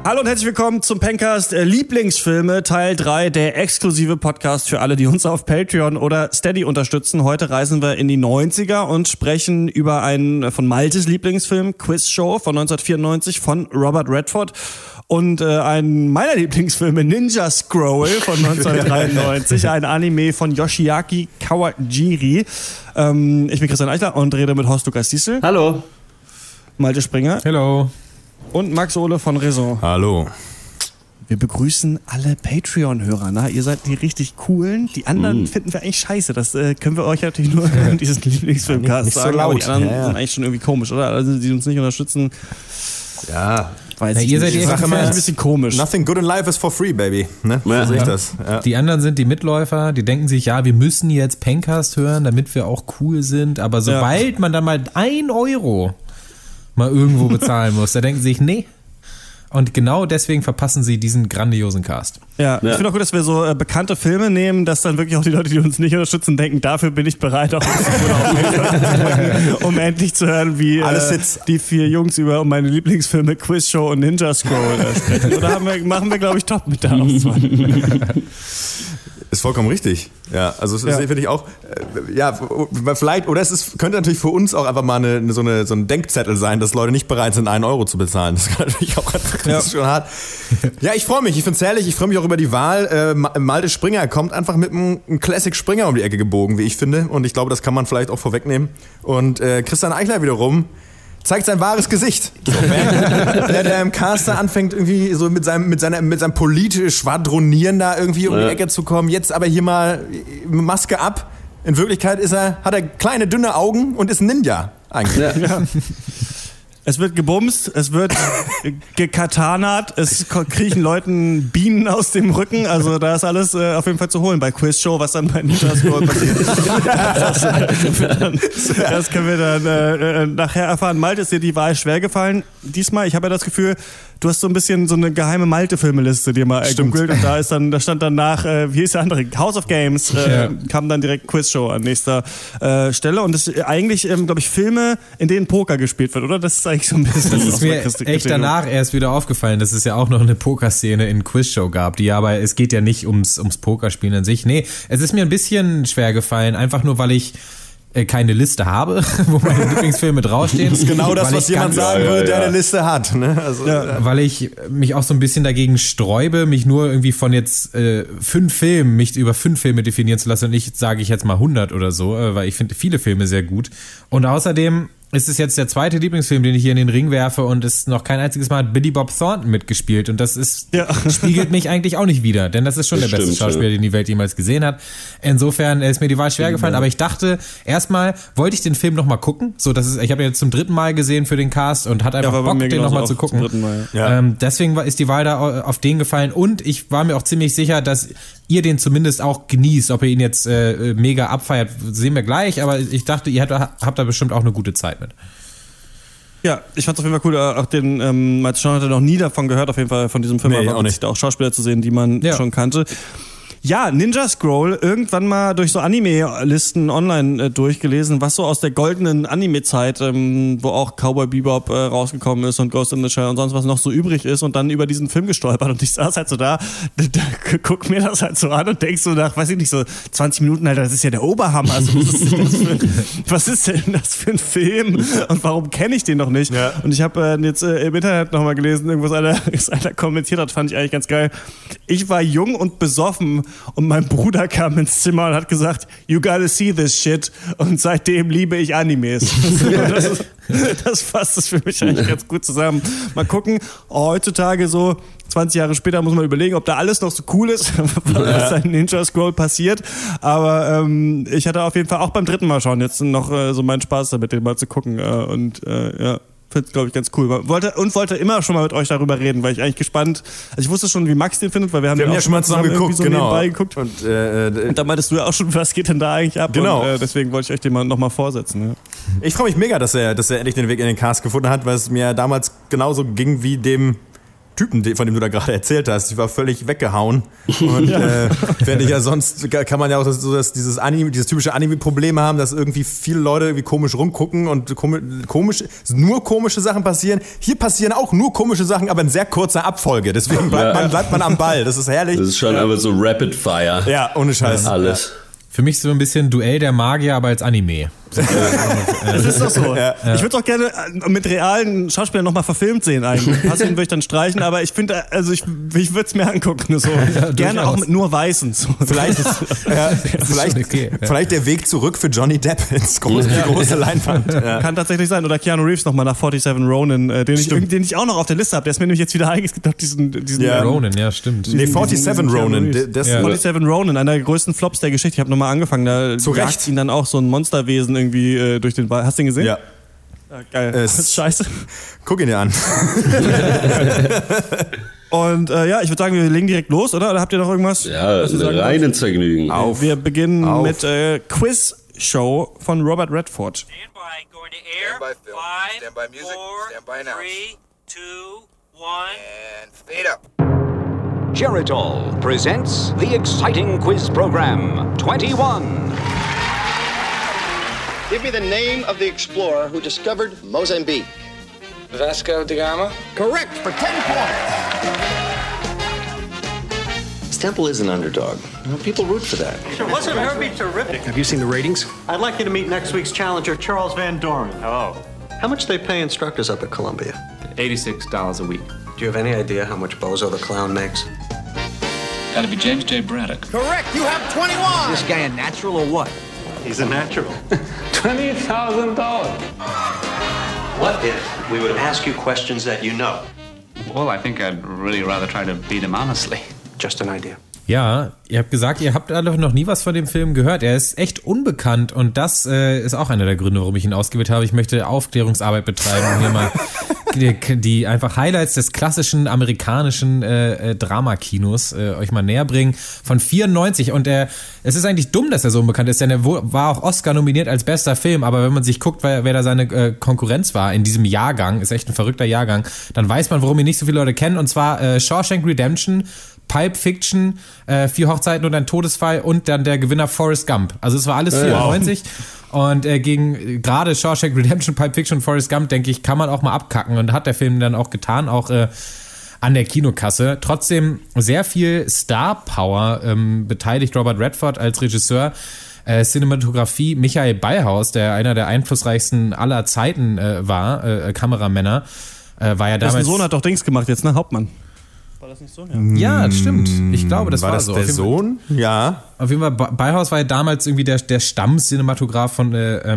Hallo und herzlich willkommen zum Pencast Lieblingsfilme Teil 3, der exklusive Podcast für alle, die uns auf Patreon oder Steady unterstützen. Heute reisen wir in die 90er und sprechen über einen von Maltes Lieblingsfilm, Quiz Show von 1994 von Robert Redford und einen meiner Lieblingsfilme, Ninja Scroll von 1993, ein Anime von Yoshiaki Kawajiri. Ich bin Christian Eichler und rede mit Horst Lukas Diesel. Hallo. Malte Springer. Hello. Und Max Ole von Raison. Hallo. Wir begrüßen alle Patreon-Hörer. Na, ihr seid die richtig coolen. Die anderen finden wir eigentlich scheiße. Das können wir euch natürlich nur in diesem Lieblingsfilmcast nicht so sagen. laut. Aber die anderen sind eigentlich schon irgendwie komisch, oder? Also die uns nicht unterstützen. Ja. Weiß ich ihr nicht. seid die Sache ein bisschen komisch. Nothing good in life is for free, baby. Ne? So sehe ich das. Ja. Die anderen sind die Mitläufer, die denken sich, ja, wir müssen jetzt Pencast hören, damit wir auch cool sind. Aber sobald man dann mal 1 Euro mal irgendwo bezahlen muss, da denken sie sich, nee. Und genau deswegen verpassen sie diesen grandiosen Cast. Ja, ich finde auch gut, dass wir so bekannte Filme nehmen, dass dann wirklich auch die Leute, die uns nicht unterstützen, denken, dafür bin ich bereit, auch um endlich zu hören, wie die 4 Jungs über meine Lieblingsfilme Quiz Show und Ninja Scroll sprechen. Oder machen wir, glaube ich, top mit der Auswahl. Ist vollkommen richtig. Ja, also das finde ich auch, vielleicht, oder könnte natürlich für uns auch einfach mal so ein Denkzettel sein, dass Leute nicht bereit sind, 1 Euro zu bezahlen. Das kann natürlich auch einfach, das ist schon hart. Ja, ich freue mich, ich finde es herrlich, ich freue mich auch über die Wahl. Malte Springer kommt einfach mit einem Classic Springer um die Ecke gebogen, wie ich finde. Und ich glaube, das kann man vielleicht auch vorwegnehmen. Und Christian Eichler wiederum zeigt sein wahres Gesicht. So, der im Caster anfängt, irgendwie so mit seinem politisch Schwadronieren da irgendwie um die Ecke zu kommen. Jetzt aber hier mal Maske ab. In Wirklichkeit hat er kleine, dünne Augen und ist ein Ninja eigentlich. Ja. Es wird gebumst, es wird gekatanat, es kriechen Leuten Bienen aus dem Rücken, also da ist alles auf jeden Fall zu holen bei Quiz Show, was dann bei Ninja Scroll passiert. Das können wir dann nachher erfahren. Malte, ist dir die Wahl schwer gefallen diesmal? Ich habe ja das Gefühl, du hast so ein bisschen so eine geheime Malte-Filmeliste dir mal gegoogelt und da stand dann nach, wie hieß der andere? House of Games, kam dann direkt Quiz Show an nächster Stelle und das ist eigentlich, glaube ich, Filme, in denen Poker gespielt wird, oder? Das ist eigentlich so ein bisschen... Das ist mir echt danach erst wieder aufgefallen, dass es ja auch noch eine Pokerszene in Quiz Show gab, aber es geht ja nicht ums Pokerspielen an sich. Nee, es ist mir ein bisschen schwer gefallen, einfach nur, weil ich keine Liste habe, wo meine Lieblingsfilme draufstehen. Das ist genau das, was jemand sagen würde, der eine Liste hat. Ne? Also, weil ich mich auch so ein bisschen dagegen sträube, mich nur irgendwie von jetzt 5 Filmen, mich über 5 Filme definieren zu lassen und nicht, sage ich jetzt mal 100 oder so, weil ich finde viele Filme sehr gut. Und außerdem ist es jetzt der 2. Lieblingsfilm, den ich hier in den Ring werfe und es noch kein einziges Mal hat Billy Bob Thornton mitgespielt und das spiegelt mich eigentlich auch nicht wider, denn das ist schon der beste Schauspieler, den die Welt jemals gesehen hat. Insofern ist mir die Wahl schwer gefallen, aber ich dachte, erstmal wollte ich den Film nochmal gucken, ich habe ihn jetzt zum 3. Mal gesehen für den Cast und hatte einfach Bock, den nochmal zu gucken. Deswegen ist die Wahl da auf den gefallen und ich war mir auch ziemlich sicher, dass ihr den zumindest auch genießt. Ob ihr ihn jetzt mega abfeiert, sehen wir gleich, aber ich dachte, ihr habt da bestimmt auch eine gute Zeit mit. Ja, ich fand's auf jeden Fall cool, auch den Malte Schauen hatte noch nie davon gehört, auf jeden Fall von diesem Film, aber auch nicht, auch Schauspieler zu sehen, die man schon kannte. Ja, Ninja Scroll, irgendwann mal durch so Anime-Listen online durchgelesen, was so aus der goldenen Anime-Zeit, wo auch Cowboy Bebop rausgekommen ist und Ghost in the Shell und sonst was noch so übrig ist und dann über diesen Film gestolpert und ich saß halt so da guck mir das halt so an und denk so nach, weiß ich nicht, so 20 Minuten, Alter, das ist ja der Oberhammer, also was ist denn das für ein Film und warum kenne ich den noch nicht? Ja. Und ich habe jetzt im Internet nochmal gelesen, irgendwas einer kommentiert hat, fand ich eigentlich ganz geil. Ich war jung und besoffen und mein Bruder kam ins Zimmer und hat gesagt, you gotta see this shit. Und seitdem liebe ich Animes. Das fasst es für mich eigentlich ganz gut zusammen. Mal gucken, heutzutage so 20 Jahre später muss man überlegen, ob da alles noch so cool ist, was da in Ninja Scroll passiert. Aber ich hatte auf jeden Fall auch beim 3. Mal schauen jetzt noch so meinen Spaß damit, den mal zu gucken. Finde es, glaube ich, ganz cool. Wollte immer schon mal mit euch darüber reden, weil ich eigentlich gespannt, also ich wusste schon, wie Max den findet, weil wir haben ja schon mal zusammen geguckt, so nebenbei geguckt. Und da meintest du ja auch schon, was geht denn da eigentlich ab? Genau. Und deswegen wollte ich euch den mal nochmal vorsetzen. Ja. Ich freue mich mega, dass er endlich den Weg in den Cast gefunden hat, weil es mir damals genauso ging wie dem Typen, von dem du da gerade erzählt hast, ich war völlig weggehauen. Und wenn ich ja sonst, kann man ja auch dieses typische Anime-Problem haben, dass irgendwie viele Leute irgendwie komisch rumgucken und nur komische Sachen passieren. Hier passieren auch nur komische Sachen, aber in sehr kurzer Abfolge. Deswegen bleibt man am Ball. Das ist herrlich. Das ist schon aber so Rapid Fire. Ja, ohne Scheiß. Alles. Ja. Für mich so ein bisschen Duell der Magier, aber als Anime. Das ist doch so. Ja. Ich würde doch gerne mit realen Schauspielern nochmal verfilmt sehen eigentlich. Passing würde ich dann streichen, aber ich finde, also ich würde es mir angucken. So. Ja, gerne auch mit nur Weißen. So. Vielleicht der Weg zurück für Johnny Depp ins große Leinwand. Ja. Kann tatsächlich sein. Oder Keanu Reeves nochmal nach 47 Ronin, den ich auch noch auf der Liste habe. Der ist mir nämlich jetzt wieder eingeskippt. Diesen Ronin, ja, stimmt. Nee, 47 Ronin. 47 Ronin, einer der größten Flops der Geschichte. Ich habe nochmal angefangen, da jagt ihn dann auch so ein Monsterwesen irgendwie durch den Wald. Hast du ihn gesehen? Ja. Geil. Das ist scheiße. Guck ihn dir an. Und ich würde sagen, wir legen direkt los, oder? Oder habt ihr noch irgendwas? Ja, rein ins Vergnügen. Wir beginnen mit Quiz-Show von Robert Redford. Stand by, going to air. Stand by, film. 5, Stand by music. 4, Stand by now. 3, 2, 1. And fade up. Geritol presents the exciting quiz program 21. Give me the name of the explorer who discovered Mozambique. Vasco da Gama. Correct for 10 points. Temple is an underdog. People root for that. Sure, wasn't Herbie terrific? Have you seen the ratings? I'd like you to meet next week's challenger, Charles Van Doren. Oh. How much they pay instructors up at Columbia? $86 a week. Do you have any idea how much Bozo the Clown makes? Gotta be James J. Braddock. Correct, you have 21. Is this guy a natural or what? He's a natural. $20,000. What if we would ask you questions that you know? Well, I think I'd really rather try to beat him honestly. Just an idea. Ja, ihr habt gesagt, ihr habt alle noch nie was von dem Film gehört. Er ist echt unbekannt und das ist auch einer der Gründe, warum ich ihn ausgewählt habe. Ich möchte Aufklärungsarbeit betreiben und hier mal die einfach Highlights des klassischen amerikanischen Dramakinos euch mal näher bringen. Von 94 und es ist eigentlich dumm, dass er so unbekannt ist, denn er war auch Oscar nominiert als bester Film, aber wenn man sich guckt, wer da seine Konkurrenz war in diesem Jahrgang, ist echt ein verrückter Jahrgang, dann weiß man, warum ihn nicht so viele Leute kennen, und zwar Shawshank Redemption, Pulp Fiction, 4 Hochzeiten und ein Todesfall und dann der Gewinner Forrest Gump. Also es war alles 94 und gegen gerade Shawshank Redemption, Pulp Fiction und Forrest Gump, denke ich, kann man auch mal abkacken, und hat der Film dann auch getan, auch an der Kinokasse. Trotzdem sehr viel Star Power beteiligt Robert Redford als Regisseur. Cinematografie Michael Ballhaus, der einer der einflussreichsten aller Zeiten war, Kameramänner, war ja damals... Dessen Sohn hat doch Dings gemacht jetzt, ne? Hauptmann. War das nicht so? Ja, das stimmt. Ich glaube, das war so. War das der Sohn? Ja. Auf jeden Fall, Ballhaus war ja damals irgendwie der Stamm-Cinematograph von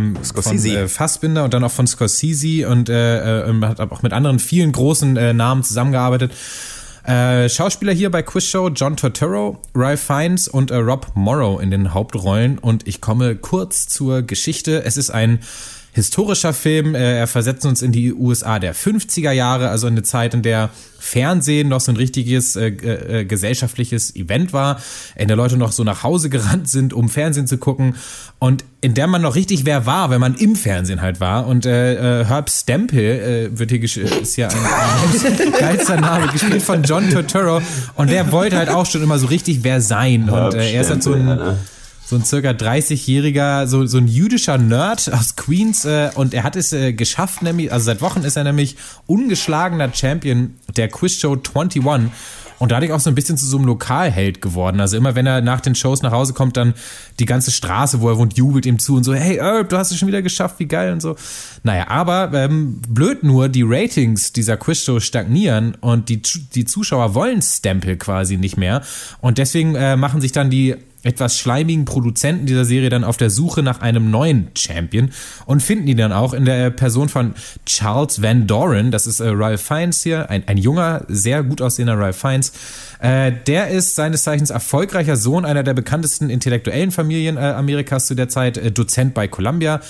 Fassbinder und dann auch von Scorsese und hat auch mit anderen vielen großen Namen zusammengearbeitet. Schauspieler hier bei Quizshow: John Turturro, Ralph Fiennes und Rob Morrow in den Hauptrollen. Und ich komme kurz zur Geschichte. Es ist ein historischer Film. Er versetzt uns in die USA der 50er Jahre, also in eine Zeit, in der Fernsehen noch so ein richtiges gesellschaftliches Event war, in der Leute noch so nach Hause gerannt sind, um Fernsehen zu gucken, und in der man noch richtig wer war, wenn man im Fernsehen halt war. Und Herb Stempel wird hier ist ja ein geilster Name, gespielt von John Turturro, und der wollte halt auch schon immer so richtig wer sein, und er ist halt so ein circa 30-jähriger, so ein jüdischer Nerd aus Queens, und er hat es geschafft, nämlich, also seit Wochen ist er nämlich ungeschlagener Champion der Quizshow 21 und dadurch auch so ein bisschen zu so einem Lokalheld geworden. Also immer, wenn er nach den Shows nach Hause kommt, dann die ganze Straße, wo er wohnt, jubelt ihm zu und so, hey Herb, du hast es schon wieder geschafft, wie geil und so. Naja, aber blöd nur, die Ratings dieser Quizshow stagnieren und die Zuschauer wollen Stempel quasi nicht mehr, und deswegen machen sich dann die etwas schleimigen Produzenten dieser Serie dann auf der Suche nach einem neuen Champion und finden ihn dann auch in der Person von Charles Van Doren. Das ist Ralph Fiennes hier, ein junger, sehr gut aussehender Ralph Fiennes. Der ist seines Zeichens erfolgreicher Sohn einer der bekanntesten intellektuellen Familien Amerikas zu der Zeit, Dozent bei Columbia.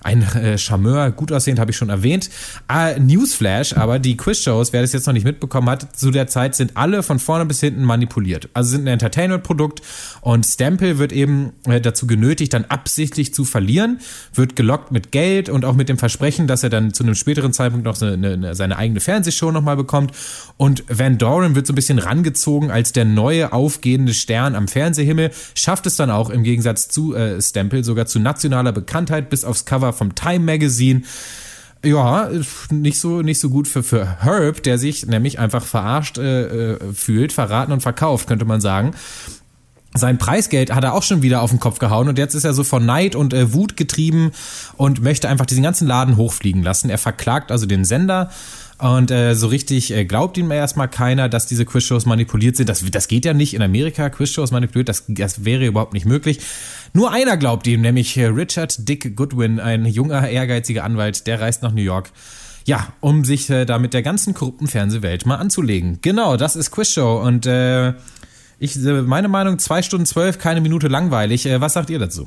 ein Charmeur, gut aussehend, habe ich schon erwähnt. Newsflash, aber die Quizshows, wer das jetzt noch nicht mitbekommen hat, zu der Zeit sind alle von vorne bis hinten manipuliert. Also sind ein Entertainment-Produkt und Stample wird eben dazu genötigt, dann absichtlich zu verlieren, wird gelockt mit Geld und auch mit dem Versprechen, dass er dann zu einem späteren Zeitpunkt noch seine eigene Fernsehshow nochmal bekommt. Und Van Doren wird so ein bisschen rangezogen als der neue aufgehende Stern am Fernsehhimmel, schafft es dann auch im Gegensatz zu Stample sogar zu nationaler Bekanntheit bis aufs Cover vom Time Magazine. Ja, nicht so gut für Herb, der sich nämlich einfach verarscht fühlt, verraten und verkauft, könnte man sagen. Sein Preisgeld hat er auch schon wieder auf den Kopf gehauen und jetzt ist er so von Neid und Wut getrieben und möchte einfach diesen ganzen Laden hochfliegen lassen. Er verklagt also den Sender und so richtig glaubt ihm erstmal keiner, dass diese Quizshows manipuliert sind. Das geht ja nicht in Amerika, Quizshows manipuliert, das wäre überhaupt nicht möglich. Nur einer glaubt ihm, nämlich Richard Dick Goodwin, ein junger, ehrgeiziger Anwalt, der reist nach New York. Ja, um sich da mit der ganzen korrupten Fernsehwelt mal anzulegen. Genau, das ist Quizshow und meine Meinung, 2 Stunden 12, keine Minute langweilig. Was sagt ihr dazu?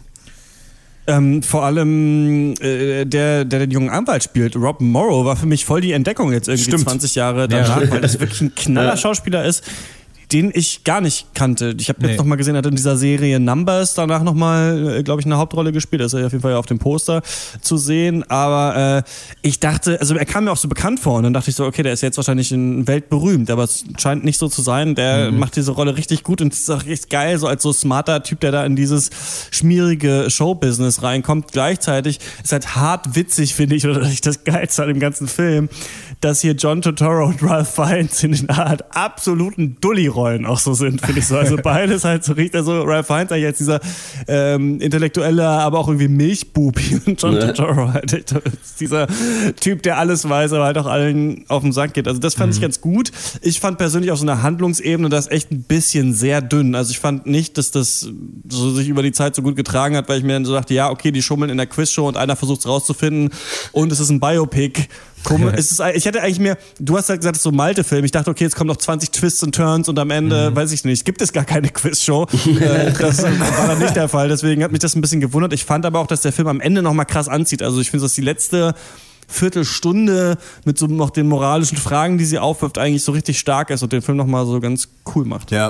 Vor allem der den jungen Anwalt spielt, Rob Morrow, war für mich voll die Entdeckung jetzt irgendwie 20 Jahre danach, weil das wirklich ein knaller Schauspieler ist, den ich gar nicht kannte. Ich habe jetzt nochmal gesehen, er hat in dieser Serie Numbers danach nochmal, glaube ich, eine Hauptrolle gespielt. Das ist auf jeden Fall auf dem Poster zu sehen. Aber ich dachte, also er kam mir auch so bekannt vor und dann dachte ich so, okay, der ist jetzt wahrscheinlich weltberühmt, aber es scheint nicht so zu sein. Der macht diese Rolle richtig gut und ist auch richtig geil, so als so smarter Typ, der da in dieses schmierige Showbusiness reinkommt. Gleichzeitig ist halt hart witzig, finde ich, oder das Geilste an dem ganzen Film, dass hier John Turturro und Ralph Fiennes in einer Art absoluten Dulli-Rollen auch so sind, finde ich so. Also beides halt so richtig, also Ralph Fiennes eigentlich als dieser intellektuelle, aber auch irgendwie Milchbubi und John Turturro halt dieser Typ, der alles weiß, aber halt auch allen auf den Sack geht. Also das fand ich ganz gut. Ich fand persönlich auf so einer Handlungsebene das echt ein bisschen sehr dünn. Also ich fand nicht, dass das so sich über die Zeit so gut getragen hat, weil ich mir dann so dachte, ja, okay, die schummeln in der Quizshow und einer versucht es rauszufinden und es ist ein Biopic. Ich hätte eigentlich mehr, du hast ja gesagt, es ist so ein Malte-Film. Ich dachte, okay, jetzt kommen noch 20 Twists und Turns und am Ende, weiß ich nicht, gibt es gar keine Quizshow. Das war dann nicht der Fall, deswegen hat mich das ein bisschen gewundert. Ich fand aber auch, dass der Film am Ende nochmal krass anzieht. Also ich finde, dass die letzte Viertelstunde mit so noch den moralischen Fragen, die sie aufwirft, eigentlich so richtig stark ist und den Film nochmal so ganz cool macht. Ja,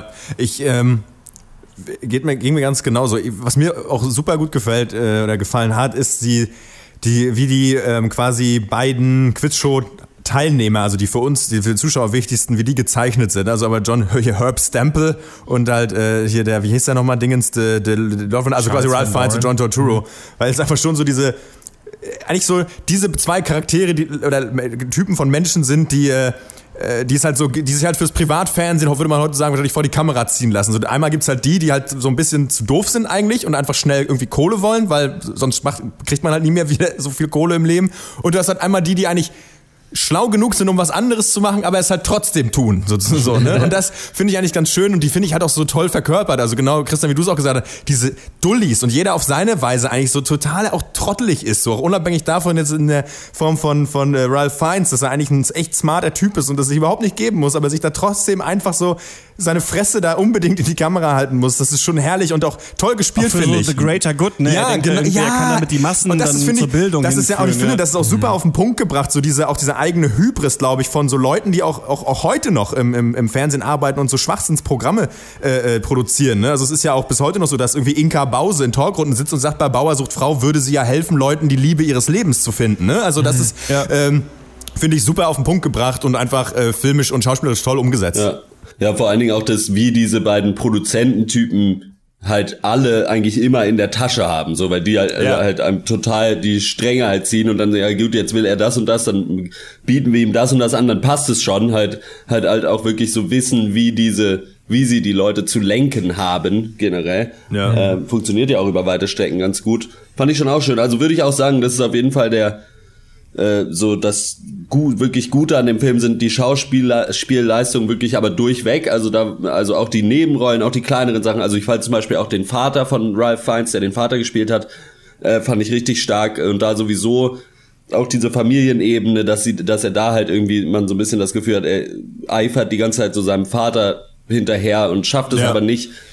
ging mir ganz genauso. Was mir auch super gut gefällt oder gefallen hat, ist wie die quasi beiden Quizshow-Teilnehmer, also die für uns, die für die Zuschauer wichtigsten, wie die gezeichnet sind. Also aber Herb Stample und halt hier der, wie hieß der nochmal, Dingens, also quasi Ralph Fiennes und John Turturro. Weil es einfach schon so diese zwei Charaktere, oder Typen von Menschen sind, die sich halt fürs Privatfernsehen, würde man heute sagen, wahrscheinlich vor die Kamera ziehen lassen. So, einmal gibt's halt die halt so ein bisschen zu doof sind eigentlich und einfach schnell irgendwie Kohle wollen, weil sonst kriegt man halt nie mehr wieder so viel Kohle im Leben. Und du hast halt einmal die eigentlich schlau genug sind, um was anderes zu machen, aber es halt trotzdem tun, sozusagen. So, ne? Und das finde ich eigentlich ganz schön und die finde ich halt auch so toll verkörpert. Also genau, Christian, wie du es auch gesagt hast, diese Dullis und jeder auf seine Weise eigentlich so total auch trottelig ist, so auch unabhängig davon jetzt in der Form von Ralph Fiennes, dass er eigentlich ein echt smarter Typ ist und das sich überhaupt nicht geben muss, aber sich da trotzdem einfach so seine Fresse da unbedingt in die Kamera halten muss. Das ist schon herrlich und auch toll gespielt, finde ich. The Greater Good, ne? Ja, genau. Er kann damit die Massen und das dann zur Bildung das ist ja auch, ich finde, das ist auch super auf den Punkt gebracht, so diese eigene Hybris, glaube ich, von so Leuten, die auch heute noch im Fernsehen arbeiten und so Schwachsinnsprogramme produzieren. Ne? Also es ist ja auch bis heute noch so, dass irgendwie Inka Bause in Talkrunden sitzt und sagt, bei Bauer sucht Frau würde sie ja helfen, Leuten die Liebe ihres Lebens zu finden. Ne? Also das ist, finde ich, super auf den Punkt gebracht und einfach filmisch und schauspielerisch toll umgesetzt. Ja, vor allen Dingen auch das, wie diese beiden Produzententypen halt alle eigentlich immer in der Tasche haben, so, weil die halt einem total die Stränge halt ziehen und dann, ja gut, jetzt will er das und das, dann bieten wir ihm das und das an, dann passt es schon, halt auch wirklich so wissen, wie sie die Leute zu lenken haben, generell. Ja. Funktioniert ja auch über weite Strecken ganz gut. Fand ich schon auch schön. Also würde ich auch sagen, das ist auf jeden Fall so das wirklich Gute an dem Film sind die Schauspielleistungen wirklich aber durchweg, also auch die Nebenrollen, auch die kleineren Sachen, also ich fand zum Beispiel auch den Vater von Ralph Fiennes, der den Vater gespielt hat, fand ich richtig stark und da sowieso auch diese Familienebene, dass er da halt irgendwie man so ein bisschen das Gefühl hat, er eifert die ganze Zeit so seinem Vater hinterher und schafft es aber nicht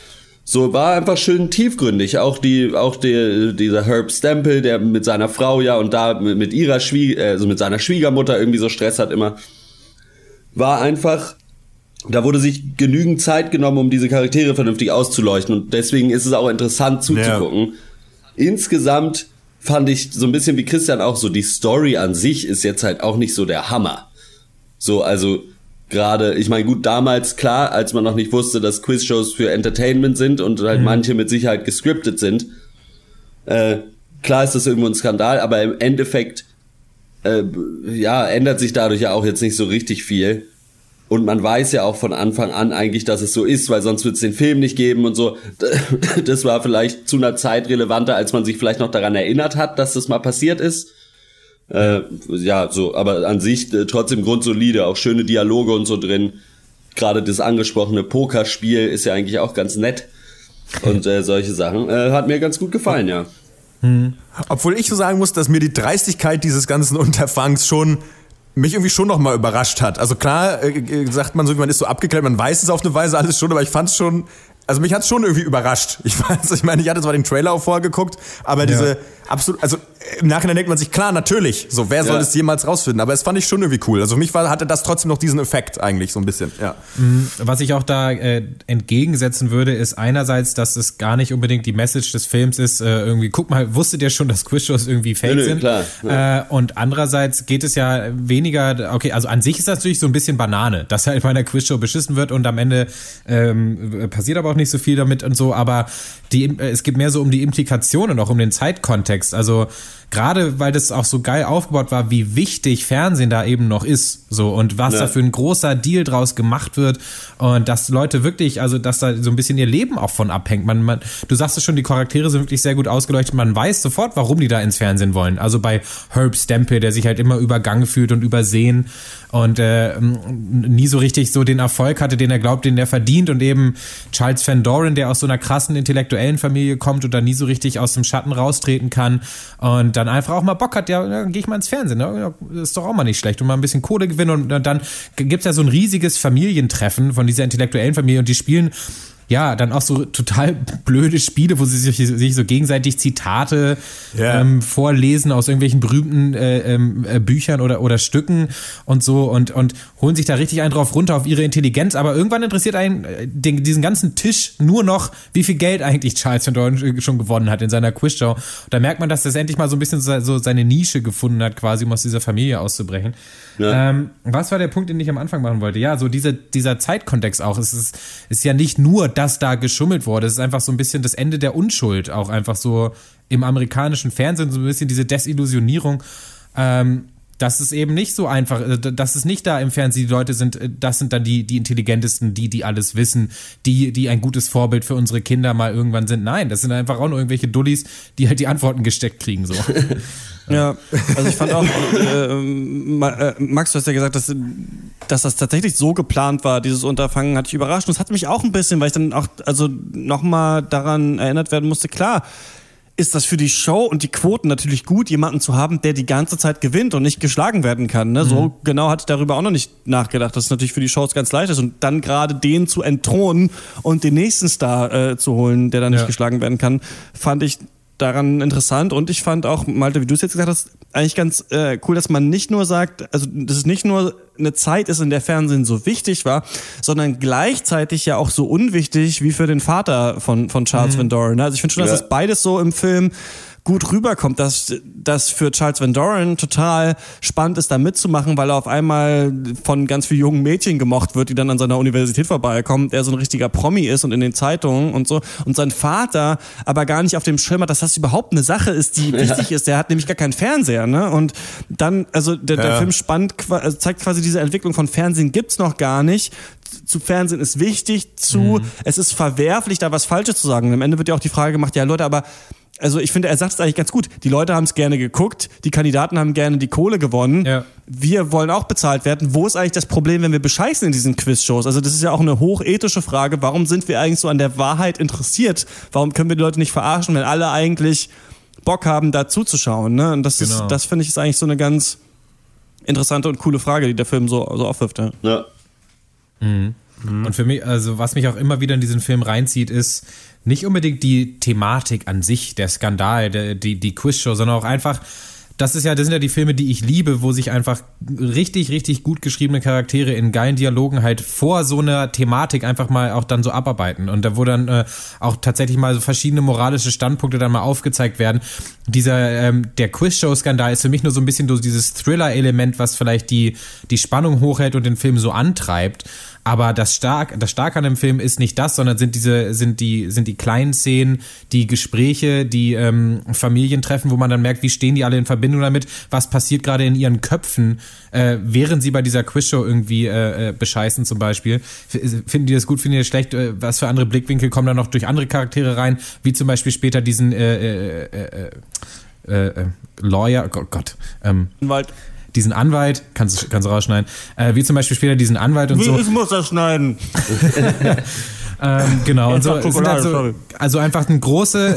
So, war einfach schön tiefgründig. Auch dieser Herb Stempel, der mit seiner Frau und da mit ihrer mit seiner Schwiegermutter irgendwie so Stress hat immer, war einfach, da wurde sich genügend Zeit genommen, um diese Charaktere vernünftig auszuleuchten und deswegen ist es auch interessant zuzugucken. Ja. Insgesamt fand ich so ein bisschen wie Christian auch so, die Story an sich ist jetzt halt auch nicht so der Hammer. So, also gerade, ich meine, gut, damals, klar, als man noch nicht wusste, dass Quizshows für Entertainment sind und halt manche mit Sicherheit gescriptet sind, klar ist das irgendwo ein Skandal, aber im Endeffekt, ändert sich dadurch ja auch jetzt nicht so richtig viel. Und man weiß ja auch von Anfang an eigentlich, dass es so ist, weil sonst wird es den Film nicht geben und so. Das war vielleicht zu einer Zeit relevanter, als man sich vielleicht noch daran erinnert hat, dass das mal passiert ist. Aber an sich trotzdem grundsolide, auch schöne Dialoge und so drin. Gerade das angesprochene Pokerspiel ist ja eigentlich auch ganz nett. Und solche Sachen hat mir ganz gut gefallen, ja. Obwohl ich so sagen muss, dass mir die Dreistigkeit dieses ganzen Unterfangs mich irgendwie schon noch mal überrascht hat. Also klar, sagt man so, man ist so abgeklärt, man weiß es auf eine Weise alles schon, aber ich fand es schon, also mich hat es schon irgendwie überrascht. Ich hatte zwar den Trailer auch vorher geguckt, aber diese absolut, also im Nachhinein denkt man sich, klar, natürlich, so, wer soll es jemals rausfinden? Aber es fand ich schon irgendwie cool. Also für mich hatte das trotzdem noch diesen Effekt eigentlich so ein bisschen, ja. Was ich auch da entgegensetzen würde, ist einerseits, dass es gar nicht unbedingt die Message des Films ist, irgendwie, guck mal, wusstet ihr schon, dass Quizshows irgendwie fake sind? Klar, ja. Und andererseits geht es ja weniger, okay, also an sich ist das natürlich so ein bisschen Banane, dass halt bei einer Quizshow beschissen wird und am Ende passiert aber auch nicht so viel damit und so, aber es geht mehr so um die Implikationen, auch um den Zeitkontext, also gerade weil das auch so geil aufgebaut war, wie wichtig Fernsehen da eben noch ist, so, und was da für ein großer Deal draus gemacht wird und dass Leute wirklich, also dass da so ein bisschen ihr Leben auch von abhängt. Du sagst es schon, die Charaktere sind wirklich sehr gut ausgeleuchtet, man weiß sofort, warum die da ins Fernsehen wollen. Also bei Herb Stempel, der sich halt immer übergangen fühlt und übersehen und nie so richtig so den Erfolg hatte, den er glaubt, den er verdient, und eben Charles Van Doren, der aus so einer krassen intellektuellen Familie kommt und da nie so richtig aus dem Schatten raustreten kann und dann einfach auch mal Bock hat, dann gehe ich mal ins Fernsehen, ne? Das ist doch auch mal nicht schlecht und mal ein bisschen Kohle gewinnen und dann gibt's ja so ein riesiges Familientreffen von dieser intellektuellen Familie und die spielen dann auch so total blöde Spiele, wo sie sich so gegenseitig Zitate vorlesen aus irgendwelchen berühmten Büchern oder Stücken und so und holen sich da richtig einen drauf runter auf ihre Intelligenz, aber irgendwann interessiert einen diesen ganzen Tisch nur noch, wie viel Geld eigentlich Charles Van Doren schon gewonnen hat in seiner Quizshow. Und da merkt man, dass das endlich mal so ein bisschen so seine Nische gefunden hat, quasi, um aus dieser Familie auszubrechen. Ja. Was war der Punkt, den ich am Anfang machen wollte? Ja, so dieser Zeitkontext auch. Es ist ja nicht nur, dass da geschummelt wurde. Es ist einfach so ein bisschen das Ende der Unschuld. Auch einfach so im amerikanischen Fernsehen so ein bisschen diese Desillusionierung. Das ist eben nicht so einfach, dass es nicht da im Fernsehen die Leute sind, das sind dann die Intelligentesten, die alles wissen, die ein gutes Vorbild für unsere Kinder mal irgendwann sind. Nein, das sind einfach auch nur irgendwelche Dullis, die halt die Antworten gesteckt kriegen, so. Ja, also ich fand auch, Max, du hast ja gesagt, dass das tatsächlich so geplant war, dieses Unterfangen, hat dich überrascht. Und es hat mich auch ein bisschen, weil ich dann auch nochmal daran erinnert werden musste, klar, ist das für die Show und die Quoten natürlich gut, jemanden zu haben, der die ganze Zeit gewinnt und nicht geschlagen werden kann. Ne? So genau hatte ich darüber auch noch nicht nachgedacht, dass es natürlich für die Shows ganz leicht ist. Und dann gerade den zu entthronen und den nächsten Star zu holen, der dann nicht geschlagen werden kann, fand ich daran interessant. Und ich fand auch, Malte, wie du es jetzt gesagt hast, eigentlich ganz cool, dass man nicht nur sagt, also dass es nicht nur eine Zeit ist, in der Fernsehen so wichtig war, sondern gleichzeitig ja auch so unwichtig wie für den Vater von Charles Van Doren. Also ich finde schon, dass das beides so im Film gut rüberkommt, dass das für Charles Van Doren total spannend ist, da mitzumachen, weil er auf einmal von ganz vielen jungen Mädchen gemocht wird, die dann an seiner Universität vorbeikommen, der so ein richtiger Promi ist und in den Zeitungen und so. Und sein Vater aber gar nicht auf dem Schirm hat, dass das überhaupt eine Sache ist, die wichtig ist. Der hat nämlich gar keinen Fernseher, ne? Und dann, also der Film zeigt quasi diese Entwicklung von Fernsehen gibt's noch gar nicht. Zu Fernsehen ist wichtig, es ist verwerflich, da was Falsches zu sagen. Und am Ende wird ja auch die Frage gemacht, ja Leute, aber also ich finde, er sagt es eigentlich ganz gut. Die Leute haben es gerne geguckt, die Kandidaten haben gerne die Kohle gewonnen. Ja. Wir wollen auch bezahlt werden. Wo ist eigentlich das Problem, wenn wir bescheißen in diesen Quizshows? Also das ist ja auch eine hochethische Frage. Warum sind wir eigentlich so an der Wahrheit interessiert? Warum können wir die Leute nicht verarschen, wenn alle eigentlich Bock haben, da zuzuschauen? Ne? Und das finde ich, ist eigentlich so eine ganz interessante und coole Frage, die der Film so aufwirft. Ja. Mhm. Und für mich, also was mich auch immer wieder in diesen Film reinzieht, ist nicht unbedingt die Thematik an sich, der Skandal, die Quizshow, sondern auch einfach, das sind ja die Filme, die ich liebe, wo sich einfach richtig, richtig gut geschriebene Charaktere in geilen Dialogen halt vor so einer Thematik einfach mal auch dann so abarbeiten. Und da wo dann auch tatsächlich mal so verschiedene moralische Standpunkte dann mal aufgezeigt werden. Der Quizshow-Skandal ist für mich nur so ein bisschen so dieses Thriller-Element, was vielleicht die Spannung hochhält und den Film so antreibt. Aber das Starke an dem Film ist nicht das, sondern sind die kleinen Szenen, die Gespräche, die Familientreffen, wo man dann merkt, wie stehen die alle in Verbindung damit, was passiert gerade in ihren Köpfen, während sie bei dieser Quizshow irgendwie bescheißen zum Beispiel. Finden die das gut, finden die das schlecht? Was für andere Blickwinkel kommen da noch durch andere Charaktere rein, wie zum Beispiel später diesen Lawyer, Gott, Anwalt. Diesen Anwalt, kannst du rausschneiden, wie zum Beispiel später diesen Anwalt und so. Ich muss das schneiden. Genau, und so sind halt also einfach eine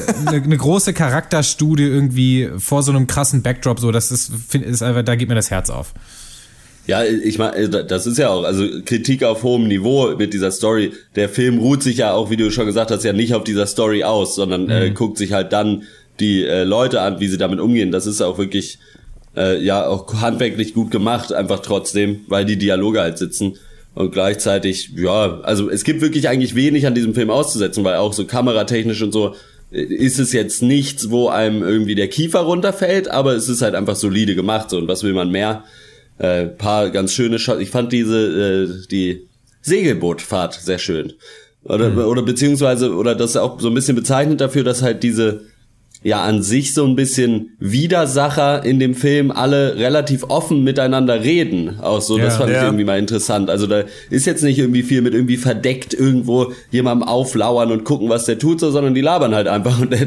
große Charakterstudie irgendwie vor so einem krassen Backdrop, so, das ist einfach, da geht mir das Herz auf. Ja, ich meine, das ist ja auch, also Kritik auf hohem Niveau mit dieser Story. Der Film ruht sich ja auch, wie du schon gesagt hast, ja nicht auf dieser Story aus, sondern guckt sich halt dann die Leute an, wie sie damit umgehen. Das ist auch wirklich auch handwerklich gut gemacht, einfach trotzdem, weil die Dialoge halt sitzen. Und gleichzeitig, ja, also es gibt wirklich eigentlich wenig an diesem Film auszusetzen, weil auch so kameratechnisch und so ist es jetzt nichts, wo einem irgendwie der Kiefer runterfällt, aber es ist halt einfach solide gemacht. So, und was will man mehr? Paar ganz schöne Shots. Ich fand die Segelbootfahrt sehr schön. Oder beziehungsweise, oder das ist auch so ein bisschen bezeichnend dafür, dass halt diese an sich so ein bisschen Widersacher in dem Film alle relativ offen miteinander reden. Auch so, das fand ich irgendwie mal interessant. Also da ist jetzt nicht irgendwie viel mit irgendwie verdeckt irgendwo jemandem auflauern und gucken, was der tut, so, sondern die labern halt einfach. Und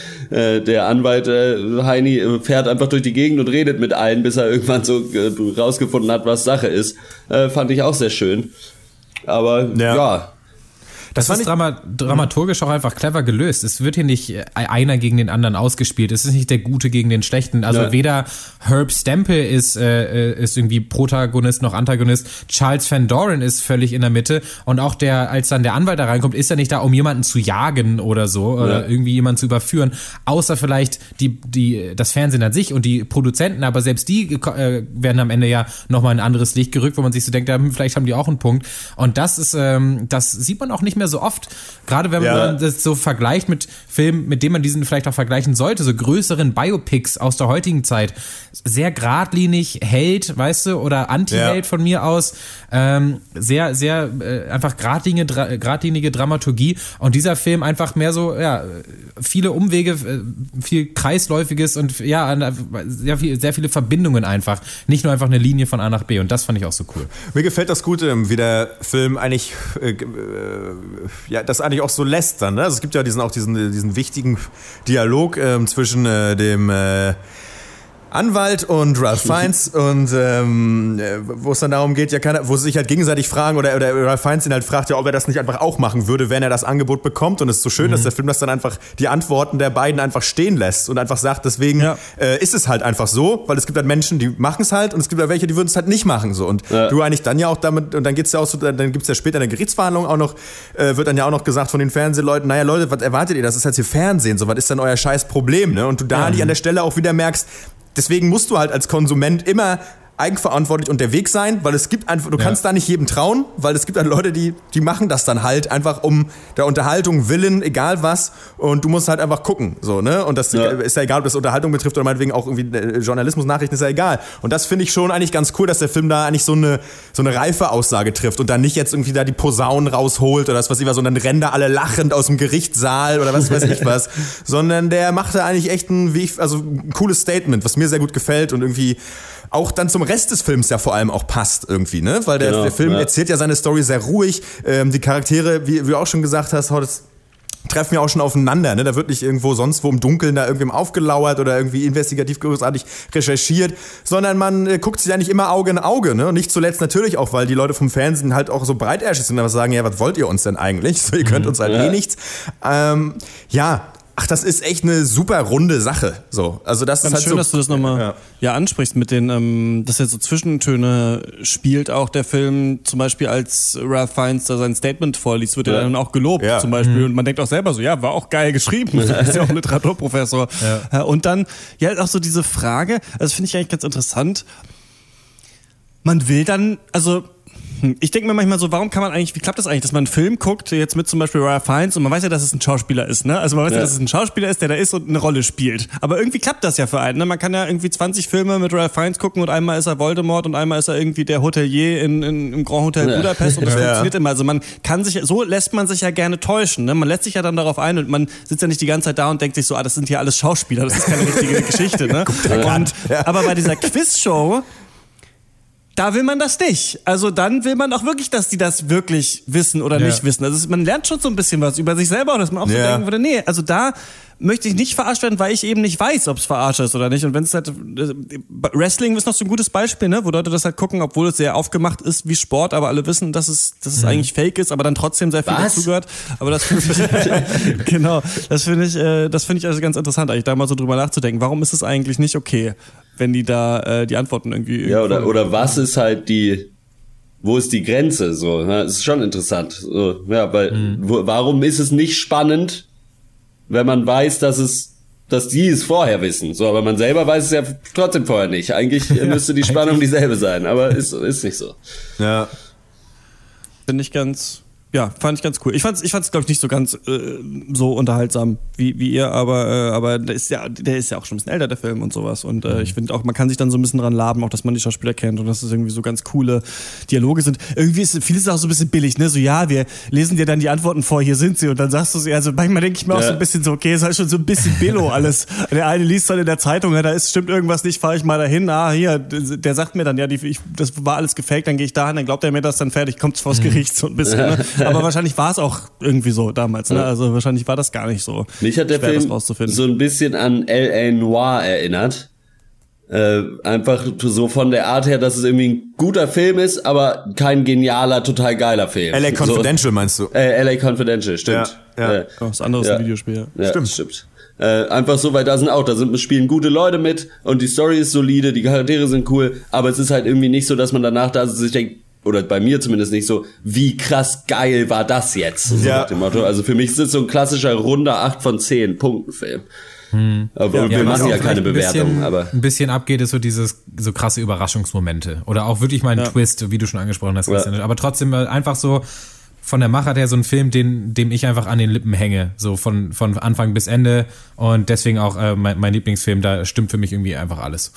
der Anwalt Heini fährt einfach durch die Gegend und redet mit allen, bis er irgendwann so rausgefunden hat, was Sache ist. Fand ich auch sehr schön. Aber ja. Das ist dramaturgisch auch einfach clever gelöst. Es wird hier nicht einer gegen den anderen ausgespielt. Es ist nicht der Gute gegen den Schlechten. Also weder Herb Stempel ist irgendwie Protagonist noch Antagonist. Charles Van Doren ist völlig in der Mitte. Und auch als dann der Anwalt da reinkommt, ist er nicht da, um jemanden zu jagen oder so. Oder irgendwie jemanden zu überführen. Außer vielleicht das Fernsehen an sich und die Produzenten. Aber selbst die werden am Ende ja nochmal ein anderes Licht gerückt, wo man sich so denkt, vielleicht haben die auch einen Punkt. Und das sieht man auch nicht mehr so oft, gerade wenn man das so vergleicht mit Filmen, mit denen man diesen vielleicht auch vergleichen sollte, so größeren Biopics aus der heutigen Zeit. Sehr geradlinig, Held, weißt du, oder Anti-Held von mir aus. Sehr, sehr einfach geradlinige Dramaturgie. Und dieser Film einfach mehr so, viele Umwege, viel Kreisläufiges und sehr viele Verbindungen einfach. Nicht nur einfach eine Linie von A nach B. Und das fand ich auch so cool. Mir gefällt das gut, wie der Film eigentlich das eigentlich auch so lässt dann. Ne? Also es gibt ja diesen wichtigen Dialog zwischen dem Anwalt und Ralph Fiennes und wo es dann darum geht, wo sie sich halt gegenseitig fragen oder Ralph Fiennes ihn halt fragt, ob er das nicht einfach auch machen würde, wenn er das Angebot bekommt, und es ist so schön, dass der Film das dann einfach die Antworten der beiden einfach stehen lässt und einfach sagt, deswegen ist es halt einfach so, weil es gibt halt Menschen, die machen es halt, und es gibt halt welche, die würden es halt nicht machen, so, und du eigentlich dann ja auch damit, und dann geht's ja auch so, dann gibt's ja später in der Gerichtsverhandlung auch noch, wird dann ja auch noch gesagt von den Fernsehleuten, naja Leute, was erwartet ihr, das ist jetzt hier Fernsehen, so, was ist denn euer scheiß Problem, ne, und du da an der Stelle auch wieder merkst, deswegen musst du halt als Konsument immer eigenverantwortlich unterwegs sein, weil es gibt einfach, du kannst da nicht jedem trauen, weil es gibt halt Leute, die machen das dann halt einfach um der Unterhaltung willen, egal was, und du musst halt einfach gucken, so, ne, und das ist ja egal, ob das Unterhaltung betrifft oder meinetwegen auch irgendwie Journalismus, Nachrichten, ist ja egal, und das finde ich schon eigentlich ganz cool, dass der Film da eigentlich so eine reife Aussage trifft und dann nicht jetzt irgendwie da die Posaunen rausholt oder was weiß ich was, und dann rennen da alle lachend aus dem Gerichtssaal oder was weiß ich was, sondern der macht da eigentlich echt ein cooles Statement, was mir sehr gut gefällt und irgendwie auch dann zum Rest des Films ja vor allem auch passt irgendwie, ne? Weil der Film erzählt ja seine Story sehr ruhig. Die Charaktere, wie du auch schon gesagt hast, das treffen ja auch schon aufeinander, ne? Da wird nicht irgendwo sonst wo im Dunkeln da irgendwem aufgelauert oder irgendwie investigativ großartig recherchiert, sondern man guckt sich ja nicht immer Auge in Auge, ne? Und nicht zuletzt natürlich auch, weil die Leute vom Fernsehen halt auch so breitärschig sind, aber sagen, ja, was wollt ihr uns denn eigentlich? So, ihr könnt uns halt nichts. Ach, das ist echt eine super runde Sache. So, also das Ganz ist halt schön, so, dass du das nochmal ansprichst mit den, dass er so Zwischentöne spielt, auch der Film, zum Beispiel als Ralph Fiennes da sein Statement vorliest, wird er dann auch gelobt, zum Beispiel. Und man denkt auch selber so, ja, war auch geil geschrieben. Du bist ja auch ein Literaturprofessor. Ja. Und dann, auch so diese Frage, also das finde ich eigentlich ganz interessant. Man will dann, also ich denke mir manchmal so, warum kann man eigentlich, wie klappt das eigentlich, dass man einen Film guckt, jetzt mit zum Beispiel Ralph Fiennes und man weiß ja, dass es ein Schauspieler ist, ne? Also man weiß ja, dass es ein Schauspieler ist, der da ist und eine Rolle spielt. Aber irgendwie klappt das ja für einen, ne? Man kann ja irgendwie 20 Filme mit Ralph Fiennes gucken und einmal ist er Voldemort und einmal ist er irgendwie der Hotelier im Grand Hotel Budapest und das funktioniert immer. Also man kann sich, so lässt man sich ja gerne täuschen, ne? Man lässt sich ja dann darauf ein und man sitzt ja nicht die ganze Zeit da und denkt sich so, das sind hier alles Schauspieler, das ist keine richtige Geschichte, ne? Aber bei dieser Quizshow, da will man das nicht. Also dann will man auch wirklich, dass die das wirklich wissen oder nicht wissen. Also man lernt schon so ein bisschen was über sich selber, dass man auch so denken würde, nee, also da möchte ich nicht verarscht werden, weil ich eben nicht weiß, ob es verarscht ist oder nicht. Und wenn es halt, Wrestling ist noch so ein gutes Beispiel, ne, wo Leute das halt gucken, obwohl es sehr aufgemacht ist wie Sport, aber alle wissen, dass es eigentlich fake ist, aber dann trotzdem sehr viel dazugehört. Aber das finde ich, genau, das finde ich also ganz interessant, eigentlich da mal so drüber nachzudenken. Warum ist es eigentlich nicht okay, wenn die da die Antworten irgendwie... Ja, oder was ist halt wo ist die Grenze? So, ne? Das ist schon interessant. So, ja, weil warum ist es nicht spannend, wenn man weiß, dass die es vorher wissen. So, aber man selber weiß es ja trotzdem vorher nicht. Eigentlich müsste die Spannung dieselbe sein, aber ist nicht so. Ja. Finde ich fand ich ganz cool. Ich fand's glaube ich nicht so ganz so unterhaltsam wie ihr, aber der ist ja auch schon ein bisschen älter, der Film und sowas. Und ich finde auch, man kann sich dann so ein bisschen dran laben, auch dass man die Schauspieler kennt und dass es irgendwie so ganz coole Dialoge sind. Irgendwie ist vieles auch so ein bisschen billig, ne? So, ja, wir lesen dir dann die Antworten vor, hier sind sie und dann sagst du sie. Also manchmal denke ich mir auch so ein bisschen so, okay, ist halt schon so ein bisschen billo alles. Der eine liest dann in der Zeitung, ja, da stimmt irgendwas nicht, fahre ich mal dahin. Hier, der sagt mir dann, ja, das war alles gefaked, dann gehe ich dahin, dann glaubt er mir das, dann fertig, kommt's vors Gericht so ein bisschen. Ne? Aber wahrscheinlich war es auch irgendwie so damals, ne? Also wahrscheinlich war das gar nicht so. Mich hat der Film so ein bisschen an L.A. Noire erinnert. Einfach so von der Art her, dass es irgendwie ein guter Film ist, aber kein genialer, total geiler Film. L.A. Confidential meinst du? L.A. Confidential, stimmt. Ja. Das andere ist ein Videospiel. Ja, stimmt. Einfach so, weil da spielen gute Leute mit und die Story ist solide, die Charaktere sind cool, aber es ist halt irgendwie nicht so, dass man danach da sich denkt, oder bei mir zumindest nicht so, wie krass geil war das jetzt? So nach dem Motto. Also für mich ist es so ein klassischer runder 8 von 10 Punkten Film. Aber wir machen ja keine Bewertung. Aber ein bisschen abgeht, ist so dieses so krasse Überraschungsmomente. Oder auch wirklich mal ein Twist, wie du schon angesprochen hast. Ja. Aber trotzdem einfach so von der Machart her so ein Film, dem ich einfach an den Lippen hänge. So von Anfang bis Ende. Und deswegen auch mein Lieblingsfilm, da stimmt für mich irgendwie einfach alles.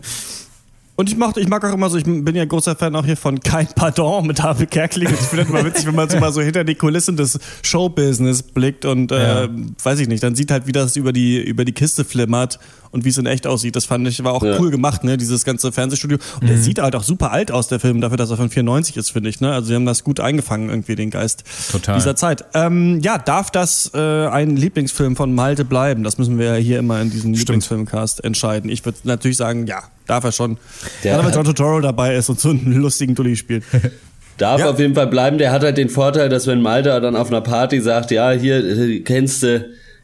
Und ich mag auch immer so, ich bin ja großer Fan auch hier von Kein Pardon mit Harvey Kerkeling. Ich finde das immer witzig, wenn man so mal so hinter die Kulissen des Showbusiness blickt und weiß ich nicht, dann sieht halt, wie das über die Kiste flimmert und wie es in echt aussieht. Das fand ich, war auch cool gemacht, ne, dieses ganze Fernsehstudio. Und der sieht halt auch super alt aus, der Film, dafür, dass er von 94 ist, finde ich, ne. Also sie haben das gut eingefangen, irgendwie, den Geist dieser Zeit. Darf das ein Lieblingsfilm von Malte bleiben? Das müssen wir ja hier immer in diesem Lieblingsfilmcast entscheiden. Ich würde natürlich sagen, ja, darf er schon. Gerade wenn John Turturro dabei ist und so einen lustigen Dulli spielt. Darf auf jeden Fall bleiben. Der hat halt den Vorteil, dass wenn Malte dann auf einer Party sagt, ja, hier, kennst du